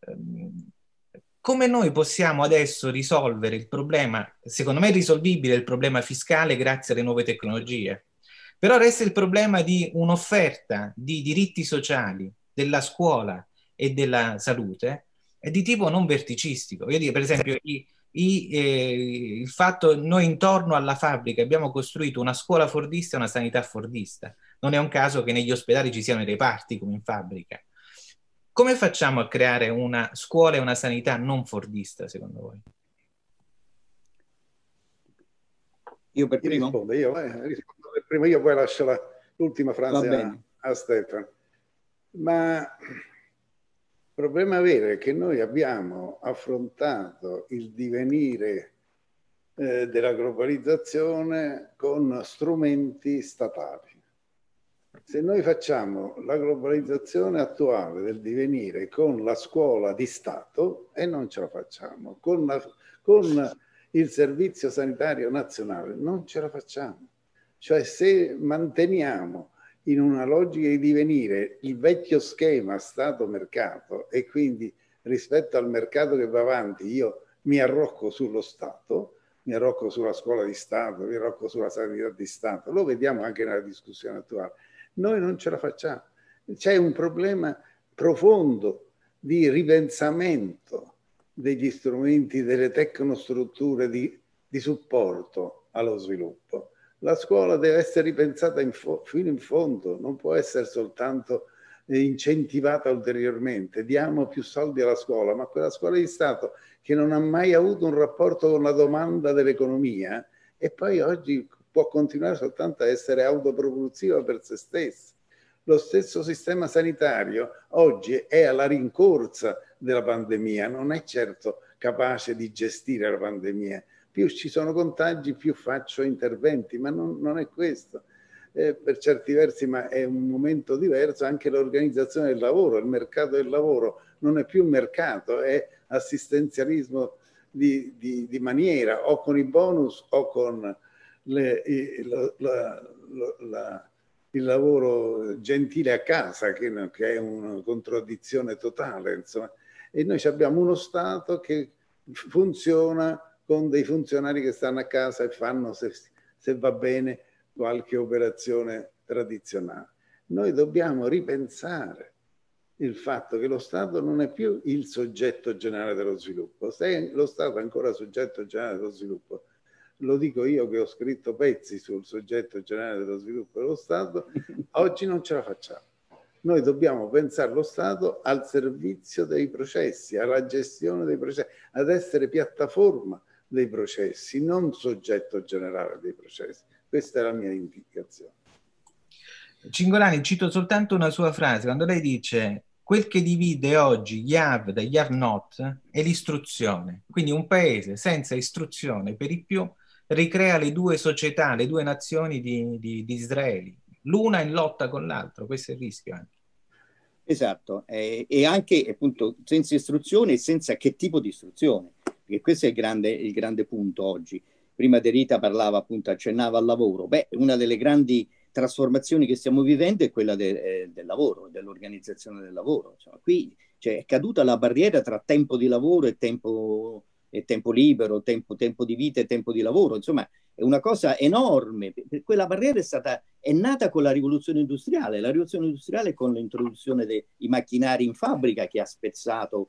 Come noi possiamo adesso risolvere il problema? Secondo me è risolvibile il problema fiscale grazie alle nuove tecnologie, però resta il problema di un'offerta di diritti sociali, della scuola e della salute è di tipo non verticistico. Io dico, per esempio, il fatto noi intorno alla fabbrica abbiamo costruito una scuola fordista e una sanità fordista. Non è un caso che negli ospedali ci siano i reparti come in fabbrica. Come facciamo a creare una scuola e una sanità non fordista, secondo voi? Io per primo? Rispondo per primo, io poi lascio l'ultima frase a Stefano. Ma il problema vero è che noi abbiamo affrontato il divenire della globalizzazione con strumenti statali. Se noi facciamo la globalizzazione attuale del divenire con la scuola di Stato, e non ce la facciamo, con il Servizio Sanitario Nazionale, non ce la facciamo. Cioè, se manteniamo in una logica di divenire il vecchio schema Stato-mercato e quindi rispetto al mercato che va avanti io mi arrocco sullo Stato, mi arrocco sulla scuola di Stato, mi arrocco sulla sanità di Stato, lo vediamo anche nella discussione attuale, noi non ce la facciamo. C'è un problema profondo di ripensamento degli strumenti, delle tecnostrutture di supporto allo sviluppo. La scuola deve essere ripensata fino in fondo, non può essere soltanto incentivata ulteriormente. Diamo più soldi alla scuola, ma quella scuola di Stato che non ha mai avuto un rapporto con la domanda dell'economia e poi oggi può continuare soltanto a essere autopropulsiva per se stessa. Lo stesso sistema sanitario oggi è alla rincorsa della pandemia, non è certo capace di gestire la pandemia. Più ci sono contagi, più faccio interventi, ma non è questo. Per certi versi, ma è un momento diverso, anche l'organizzazione del lavoro, il mercato del lavoro non è più mercato, è assistenzialismo di maniera, o con i bonus o con il lavoro gentile a casa, che è una contraddizione totale, insomma. E noi abbiamo uno Stato che funziona con dei funzionari che stanno a casa e fanno, se va bene, qualche operazione tradizionale. Noi dobbiamo ripensare il fatto che lo Stato non è più il soggetto generale dello sviluppo. Se lo Stato è ancora soggetto generale dello sviluppo, lo dico io che ho scritto pezzi sul soggetto generale dello sviluppo dello Stato, oggi non ce la facciamo. Noi dobbiamo pensare lo Stato al servizio dei processi, alla gestione dei processi, ad essere piattaforma dei processi, non soggetto generale dei processi. Questa è la mia indicazione. Cingolani, cito soltanto una sua frase, quando lei dice: quel che divide oggi gli have dagli have not è l'istruzione. Quindi un paese senza istruzione, per di più, ricrea le due società, le due nazioni di Israele, l'una in lotta con l'altro. Questo è il rischio anche. Esatto, e anche appunto senza istruzione e senza che tipo di istruzione, perché questo è il grande punto oggi. Prima De Rita parlava, appunto, accennava al lavoro. Beh, una delle grandi trasformazioni che stiamo vivendo è quella del lavoro, dell'organizzazione del lavoro. Insomma, qui è caduta la barriera tra tempo di lavoro e tempo libero, tempo di vita e tempo di lavoro. Insomma, è una cosa enorme. Quella barriera è nata con la rivoluzione industriale. La rivoluzione industriale con l'introduzione dei macchinari in fabbrica che ha spezzato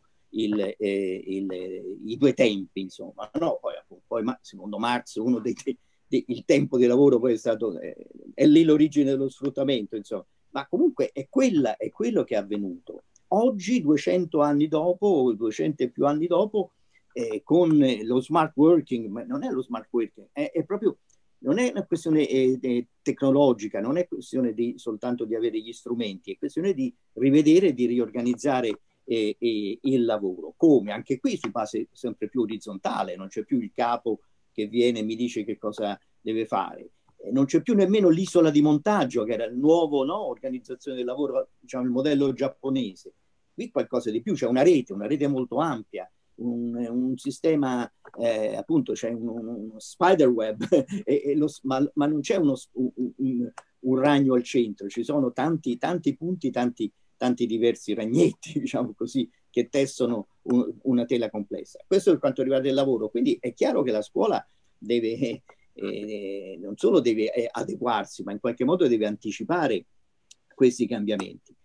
i due tempi, insomma. No, poi secondo Marx il tempo di lavoro poi è lì l'origine dello sfruttamento, insomma. Ma comunque è quello che è avvenuto. Oggi, 200 anni dopo, 200 e più anni dopo, con lo smart working, ma non è lo smart working, è proprio, non è una questione tecnologica, non è questione soltanto di avere gli strumenti, è questione di rivedere, di riorganizzare il lavoro. Come? Anche qui su base sempre più orizzontale, non c'è più il capo che viene e mi dice che cosa deve fare. Non c'è più nemmeno l'isola di montaggio, che era il nuovo, no, organizzazione del lavoro, diciamo il modello giapponese. Qui qualcosa di più, c'è una rete molto ampia, un sistema, appunto c'è uno spider web, ma non c'è un ragno al centro, ci sono tanti punti, tanti diversi ragnetti, diciamo così, che tessono una tela complessa. Questo per quanto riguarda il lavoro. Quindi è chiaro che la scuola deve non solo deve adeguarsi, ma in qualche modo deve anticipare questi cambiamenti.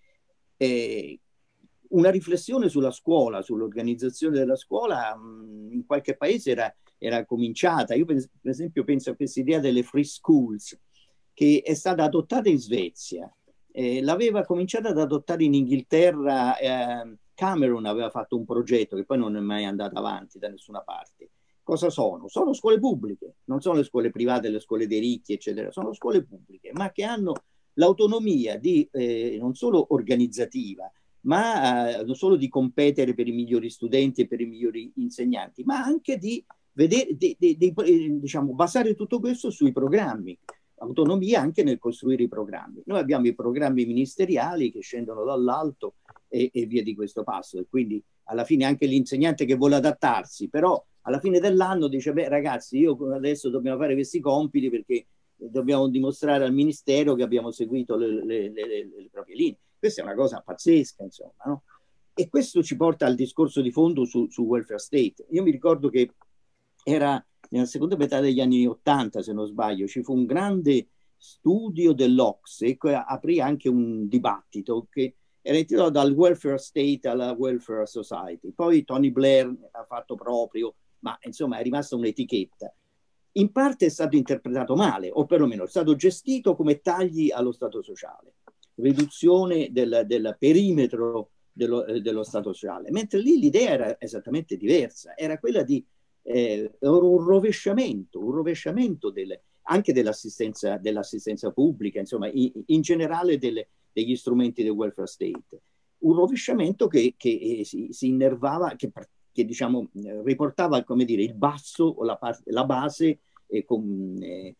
Una riflessione sulla scuola, sull'organizzazione della scuola, in qualche paese era cominciata. Io per esempio penso a questa idea delle free schools, che è stata adottata in Svezia. L'aveva cominciata ad adottare in Inghilterra, Cameron aveva fatto un progetto che poi non è mai andato avanti da nessuna parte. Cosa sono? Sono scuole pubbliche, non sono le scuole private, le scuole dei ricchi, eccetera, sono scuole pubbliche, ma che hanno l'autonomia non solo organizzativa, ma non solo di competere per i migliori studenti e per i migliori insegnanti, ma anche di vedere, diciamo, basare tutto questo sui programmi. Autonomia anche nel costruire i programmi. Noi abbiamo i programmi ministeriali che scendono dall'alto e via di questo passo, e quindi alla fine anche l'insegnante che vuole adattarsi, però alla fine dell'anno dice, beh ragazzi, io adesso dobbiamo fare questi compiti perché dobbiamo dimostrare al Ministero che abbiamo seguito le proprie linee. Questa è una cosa pazzesca, insomma, no? E questo ci porta al discorso di fondo su welfare state. Io mi ricordo che era nella seconda metà degli anni 80, se non sbaglio, ci fu un grande studio dell'Ocse che aprì anche un dibattito che era intitolato dal welfare state alla welfare society. Poi Tony Blair ha fatto proprio, ma insomma è rimasta un'etichetta. In parte è stato interpretato male, o perlomeno è stato gestito come tagli allo Stato sociale, riduzione del perimetro dello Stato sociale, mentre lì l'idea era esattamente diversa, era quella di un rovesciamento anche dell'assistenza pubblica, insomma, in generale degli strumenti del welfare state. Un rovesciamento che si innervava, che diciamo riportava, come dire, il basso o la base come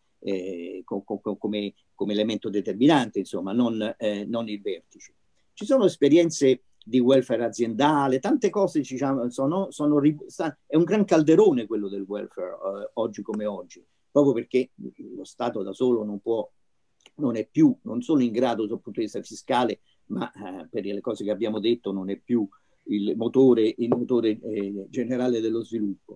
elemento determinante, insomma, non il vertice. Ci sono esperienze di welfare aziendale, tante cose, diciamo, è un gran calderone quello del welfare oggi come oggi, proprio perché lo Stato da solo non solo in grado dal punto di vista fiscale, ma per le cose che abbiamo detto non è più il motore generale dello sviluppo.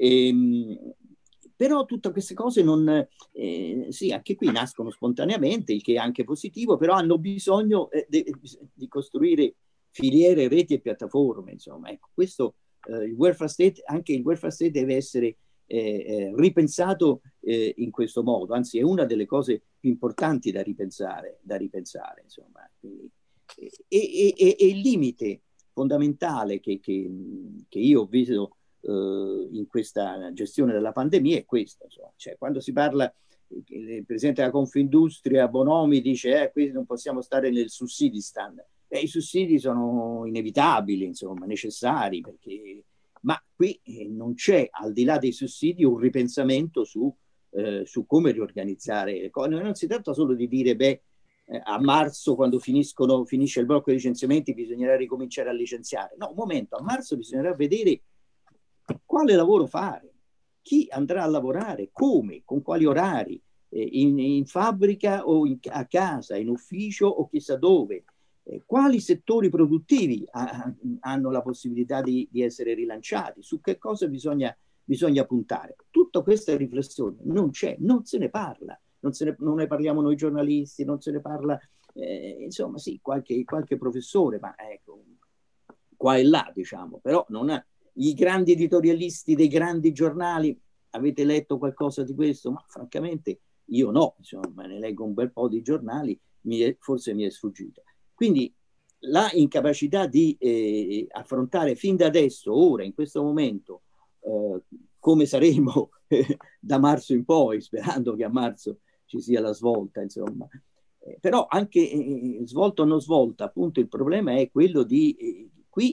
Però tutte queste cose sì, anche qui nascono spontaneamente, il che è anche positivo, però hanno bisogno di costruire filiere, reti e piattaforme, insomma. Ecco, questo il welfare state deve essere ripensato in questo modo, anzi è una delle cose più importanti da ripensare, insomma. Quindi, il limite fondamentale che io ho visto in questa gestione della pandemia è questo, insomma. Cioè, quando si parla, il presidente della Confindustria Bonomi dice qui non possiamo stare nel Sussidistan. I sussidi sono inevitabili, insomma, necessari, ma qui non c'è, al di là dei sussidi, un ripensamento su come riorganizzare le cose. Non si tratta solo di dire, a marzo, quando finisce il blocco dei licenziamenti, bisognerà ricominciare a licenziare. No, un momento, a marzo bisognerà vedere quale lavoro fare, chi andrà a lavorare, come, con quali orari, in fabbrica o a casa, in ufficio o chissà dove. Quali settori produttivi hanno la possibilità di essere rilanciati, su che cosa bisogna puntare. Tutta questa riflessione non c'è, non se ne parla, non ne parliamo noi giornalisti, non se ne parla, insomma sì, qualche professore, ma ecco, qua e là, diciamo, però non ha i grandi editorialisti dei grandi giornali. Avete letto qualcosa di questo? Ma francamente io no, insomma, ne leggo un bel po' di giornali, forse mi è sfuggito. Quindi la incapacità di affrontare fin da adesso, ora, in questo momento, come saremo da marzo in poi, sperando che a marzo ci sia la svolta, insomma. Però anche svolta o non svolta, appunto il problema è quello di qui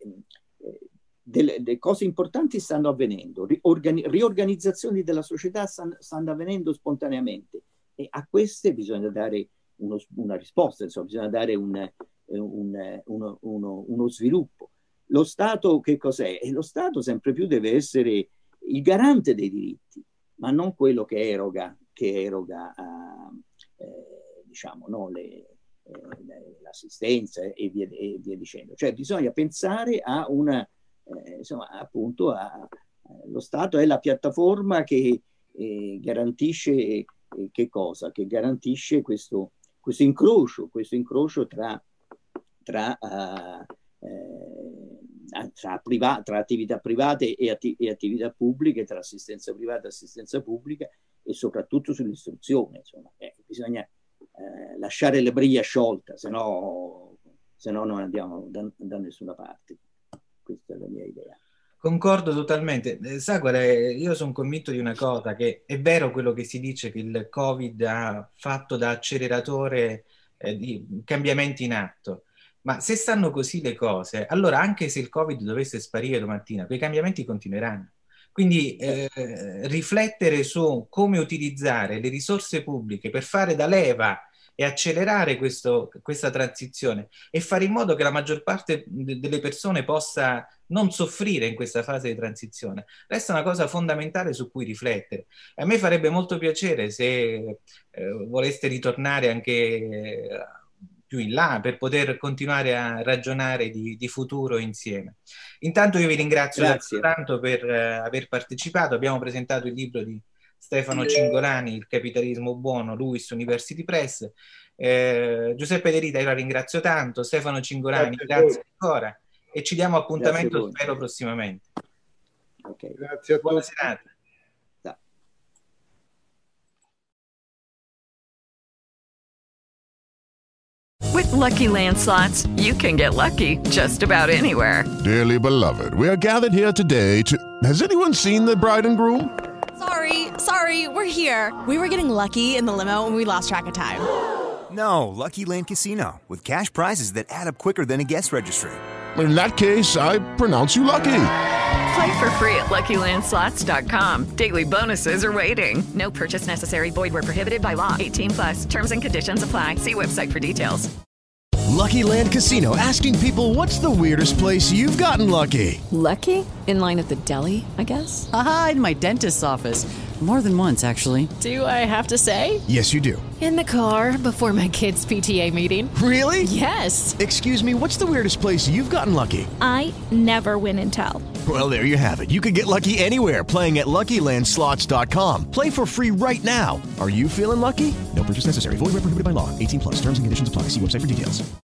delle cose importanti stanno avvenendo, riorganizzazioni della società stanno avvenendo spontaneamente, e a queste bisogna dare una risposta, insomma, bisogna dare uno sviluppo. Lo Stato che cos'è? E lo Stato sempre più deve essere il garante dei diritti, ma non quello che eroga diciamo, no, l'assistenza e via dicendo. Cioè bisogna pensare a insomma, appunto, lo Stato è la piattaforma che garantisce che cosa? Che garantisce questo incrocio tra attività private e attività pubbliche, tra assistenza privata e assistenza pubblica, e soprattutto sull'istruzione. Insomma, bisogna lasciare le briglie sciolte, se no non andiamo da nessuna parte. Questa è la mia idea. Concordo totalmente. Sa, guarda, io sono convinto di una cosa, che è vero quello che si dice, che il Covid ha fatto da acceleratore di cambiamenti in atto, ma se stanno così le cose, allora anche se il Covid dovesse sparire domattina, quei cambiamenti continueranno. Quindi riflettere su come utilizzare le risorse pubbliche per fare da leva e accelerare questa transizione e fare in modo che la maggior parte delle persone possa non soffrire in questa fase di transizione, resta una cosa fondamentale su cui riflettere. A me farebbe molto piacere se voleste ritornare anche più in là per poter continuare a ragionare di futuro insieme. Intanto io vi ringrazio tanto per aver partecipato. Abbiamo presentato il libro di Stefano Cingolani, Il capitalismo buono, Lewis University Press. Giuseppe De Rita, io la ringrazio tanto. Stefano Cingolani, grazie ancora, e ci diamo appuntamento, spero, prossimamente. Okay. Grazie a tutti. Buona serata. With Lucky Land Slots, you can get lucky just about anywhere. Dearly beloved, we are gathered here today to... Has anyone seen the bride and groom? Sorry, we're here. We were getting lucky in the limo and we lost track of time. No, Lucky Land Casino, with cash prizes that add up quicker than a guest registry. In that case, I pronounce you lucky. Play for free at LuckyLandSlots.com. Daily bonuses are waiting. No purchase necessary. Void where prohibited by law. 18+. Terms and conditions apply. See website for details. Lucky Land Casino, asking people, what's the weirdest place you've gotten lucky? Lucky? In line at the deli, I guess? Aha, in my dentist's office. More than once, actually. Do I have to say? Yes, you do. In the car before my kids' PTA meeting. Really? Yes. Excuse me, what's the weirdest place you've gotten lucky? I never win and tell. Well, there you have it. You can get lucky anywhere, playing at LuckyLandSlots.com. Play for free right now. Are you feeling lucky? No purchase necessary. Void where prohibited by law. 18+. Terms and conditions apply. See website for details.